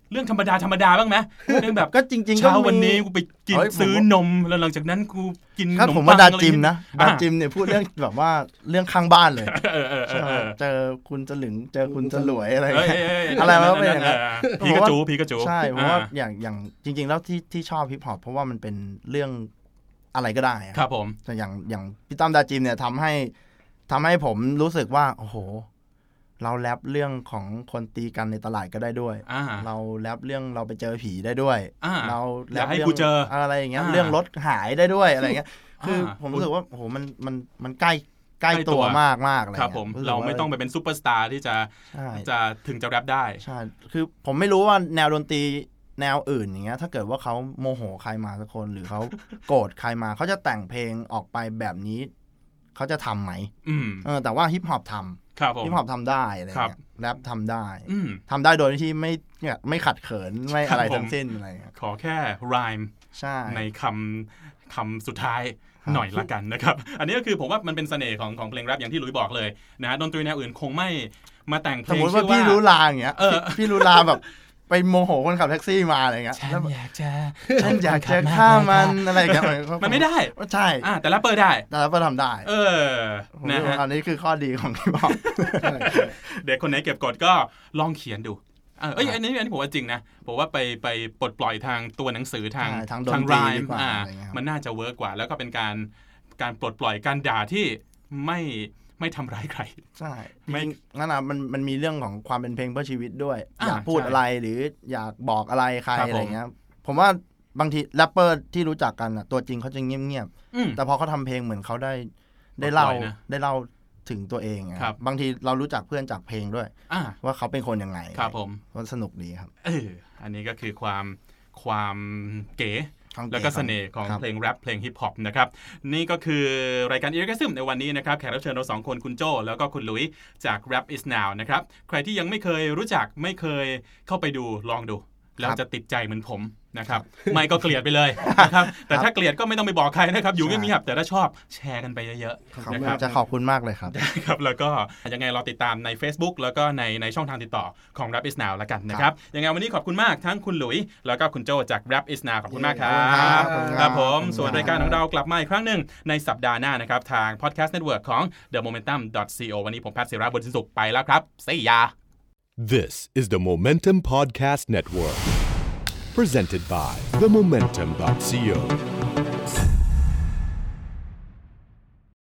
เรื่องธรรมดาบ้างไหมเรื่องแบบก็จริงๆเช้าวันนี้กูไปกินซื้อนมแล้วหลังจากนั้นกูกินขนมปังผมว่าดาจิมนะดาจิมเนี่ยพูดเรื่องแบบว่าเรื่องข้างบ้านเลยเจอคุณจะหลึงเจอคุณจะหลวยอะไรอะไรมาเป็นอย่างนั้นพีกระจูใช่เพราะว่าอย่างจริงๆแล้วที่ชอบฮิปฮอปเพราะว่ามันเป็นเรื่องอะไรก็ได้ครับผมแต่อย่างพี่ตั้มดาจิมเนี่ยทำให้ผมรู้สึกว่าโอ้โหเราแรปเรื่องของคนตีกันในตลาดก็ได้ด้วยเราแรปเรื่องเราไปเจอผีได้ด้วยเราแรปเรื่องอะไรอย่างเงี้ยเรื่องรถหายได้ด้วยอะไรเงี้ยคือผมรู้สึกว่าโอ้โหมันใกล้ตัวมากๆเลยครับผมเราไม่ต้องไปเป็นซุปเปอร์สตาร์ที่จะถึงจะแรปได้ใช่คือผมไม่รู้ว่าแนวดนตรีแนวอื่นอย่างเงี้ยถ้าเกิดว่าเขาโมโหใครมาสักคนหรือเขาโกรธใครมาเขาจะแต่งเพลงออกไปแบบนี้เขาจะทำไหมแต่ว่าฮิปฮอปทำฮิปฮอปทำได้อะไรเงี้ยแรปทำได้โดยที่ไม่ขัดเขินไม่อะไรทั้งสิ้นอะไรขอแค่รายม์ในคำสุดท้ายหน่อยละกันนะครับอันนี้ก็คือผมว่ามันเป็นเสน่ห์ของเพลงแรปอย่างที่ลุยบอกเลยนะดนตรีแนวอื่นคงไม่มาแต่งเพลงชื่อว่าพี่รู้ลาอย่างเงี้ยพี่รู้ลาแบบไปโมโหคนขับแท็กซี่มาอะไรเงี้ยฉันอยากจะฆ่ามันอะไรอย่างเงี้ยมันไม่ได้ใช่แต่แรปเปอร์ได้แต่แรปเปอร์ทำได้นะฮะอันนี้คือข้อดีของที่บอกเด็กคนไหนเก็บกดก็ลองเขียนดูอันนี้ผมว่าจริงนะผมว่าไปปลดปล่อยทางตัวหนังสือทางรายมันน่าจะเวิร์กกว่าแล้วก็เป็นการปลดปล่อยการด่าที่ไม่ทำร้ายใครใช่ไม่นั่นนะมันมีเรื่องของความเป็นเพลงเพื่อชีวิตด้วยอยากพูดอะไรหรืออยากบอกอะไรใครอะไรเงี้ยผมว่าบางทีแรปเปอร์ที่รู้จักกันตัวจริงเขาจะเงียบๆแต่พอเขาทำเพลงเหมือนเขาได้เล่าถึงตัวเองบางทีเรารู้จักเพื่อนจากเพลงด้วยว่าเขาเป็นคนยังไงครับผมก็สนุกดีครับอันนี้ก็คือความเก๋แล้วก็เสน่ห์ของเพลงแรปเพลงฮิปฮอปนะครับนี่ก็คือรายการ Eargasm ในวันนี้นะครับแขกรับเชิญเรา2คนคุณโจ้แล้วก็คุณหลุยจาก Rap is Now นะครับใครที่ยังไม่เคยรู้จักไม่เคยเข้าไปดูลองดูแล้วจะติดใจเหมือนผมนะครับไม่ก็เกลียดไปเลยนะครับแต่ถ้าเกลียดก็ไม่ต้องไปบอกใครนะครับอยู่เงียบๆแต่ถ้าชอบแชร์กันไปเยอะๆนะครับจะขอบคุณมากเลยครับครับแล้วก็ยังไงรอติดตามใน Facebook แล้วก็ในช่องทางติดต่อของ Rap is Now แล้วกันนะครับยังไงวันนี้ขอบคุณมากทั้งคุณหลุยแล้วก็คุณโจจาก Rap is Now ขอบคุณมากครับครับผมส่วนรายการของเรากลับมาอีกครั้งนึงในสัปดาห์หน้านะครับทาง Podcast Network ของ themomentum.co วันนี้ผมแพทย์ศิระบุญสินสุขไปแล้วครับSee ya This is the Momentum Podcast Network Presented by themomentum.co